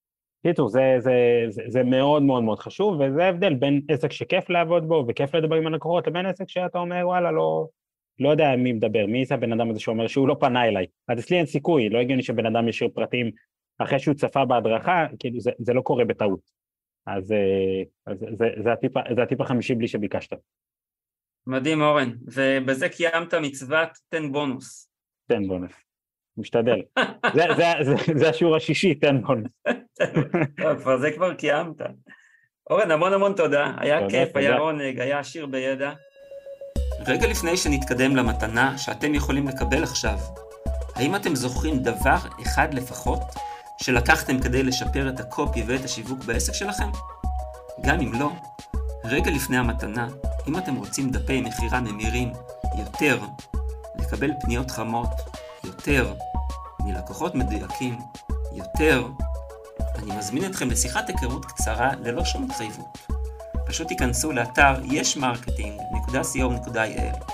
קיצור, זה מאוד מאוד מאוד חשוב, וזה ההבדל בין עסק שכיף לעבוד בו, וכיף לדבר עם הלקוחות, לבין עסק שאתה אומר, וואלה, לא יודע מי מדבר, מי זה הבן אדם הזה שאומר שהוא לא פנה אליי. אז אצלי אין סיכוי, לא הגיוני שבן אדם ישאיר פרטים אחרי שהוא צפה בהדרכה, כאילו זה לא קורה בטעות. אז זה הטיפ החמישי בלי שביקשת. מדהים אורן, ובזה קיימת מצוות תן בונוס. תן בונוס, משתדל. זה השיעור השישי, תן בונוס. טוב, זה כבר קיימת. אורן, המון המון תודה, היה כיף, היה עונג, היה עשיר בידע. רגע לפני שנתקדם למתנה שאתם יכולים לקבל עכשיו, האם אתם זוכרים דבר אחד לפחות שלקחתם כדי לשפר את הקופי ואת השיווק בעסק שלכם? גם אם לא, רגע לפני המתנה, אם אתם רוצים דפי מחירה ממירים יותר, לקבל פניות חמות יותר, מלקוחות מדויקים יותר, אני מזמין אתכם לשיחת היכרות קצרה ללא שום התחייבות. פשוט תיכנסו לאתר yeshmarketing.co.il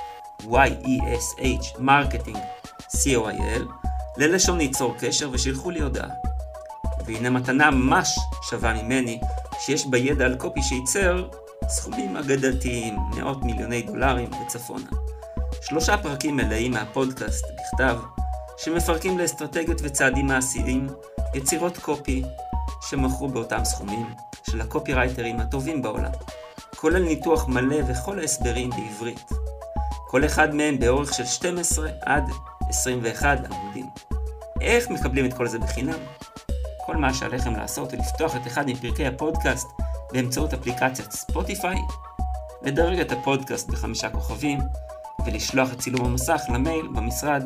yeshmarketing.co.il ללשון ליצור קשר ושילחו לי הודעה. והנה מתנה ממש שווה ממני שיש בה ידע על קופי שייצר סכומים אגדתיים, מאות מיליוני דולרים וצפונה. 3 פרקים מלאים מהפודקאסט בכתב שמפרקים לאסטרטגיות וצעדים מעשיים יצירות קופי שמכרו באותם סכומים של הקופירייטרים הטובים בעולם, כולל ניתוח מלא וכל ההסברים בעברית. כל אחד מהם באורך של 12 עד 21 עמודים. איך מקבלים את כל זה בחינם? כל מה שעליכם לעשות הוא לפתוח את אחד מפרקי הפודקאסט באמצעות אפליקציית ספוטיפיי, לדרג את הפודקאסט ב5 כוכבים, ולשלוח את צילום המסך למייל במשרד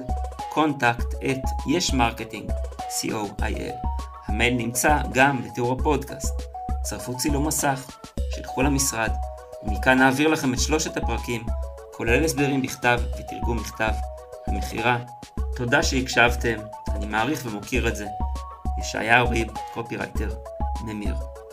contact@yeshmarketing.co.il. המייל נמצא גם בתיאור הפודקאסט. צרפו צילום מסך, שלחו למשרד, ומכאן נעביר לכם את 3 הפרקים, כולל הסברים בכתב ותרגום מכתב המכירה. תודה שהקשבתם, אני מעריך ומוקיר את זה. ישעיהו ריב, קופירייטר ממיר.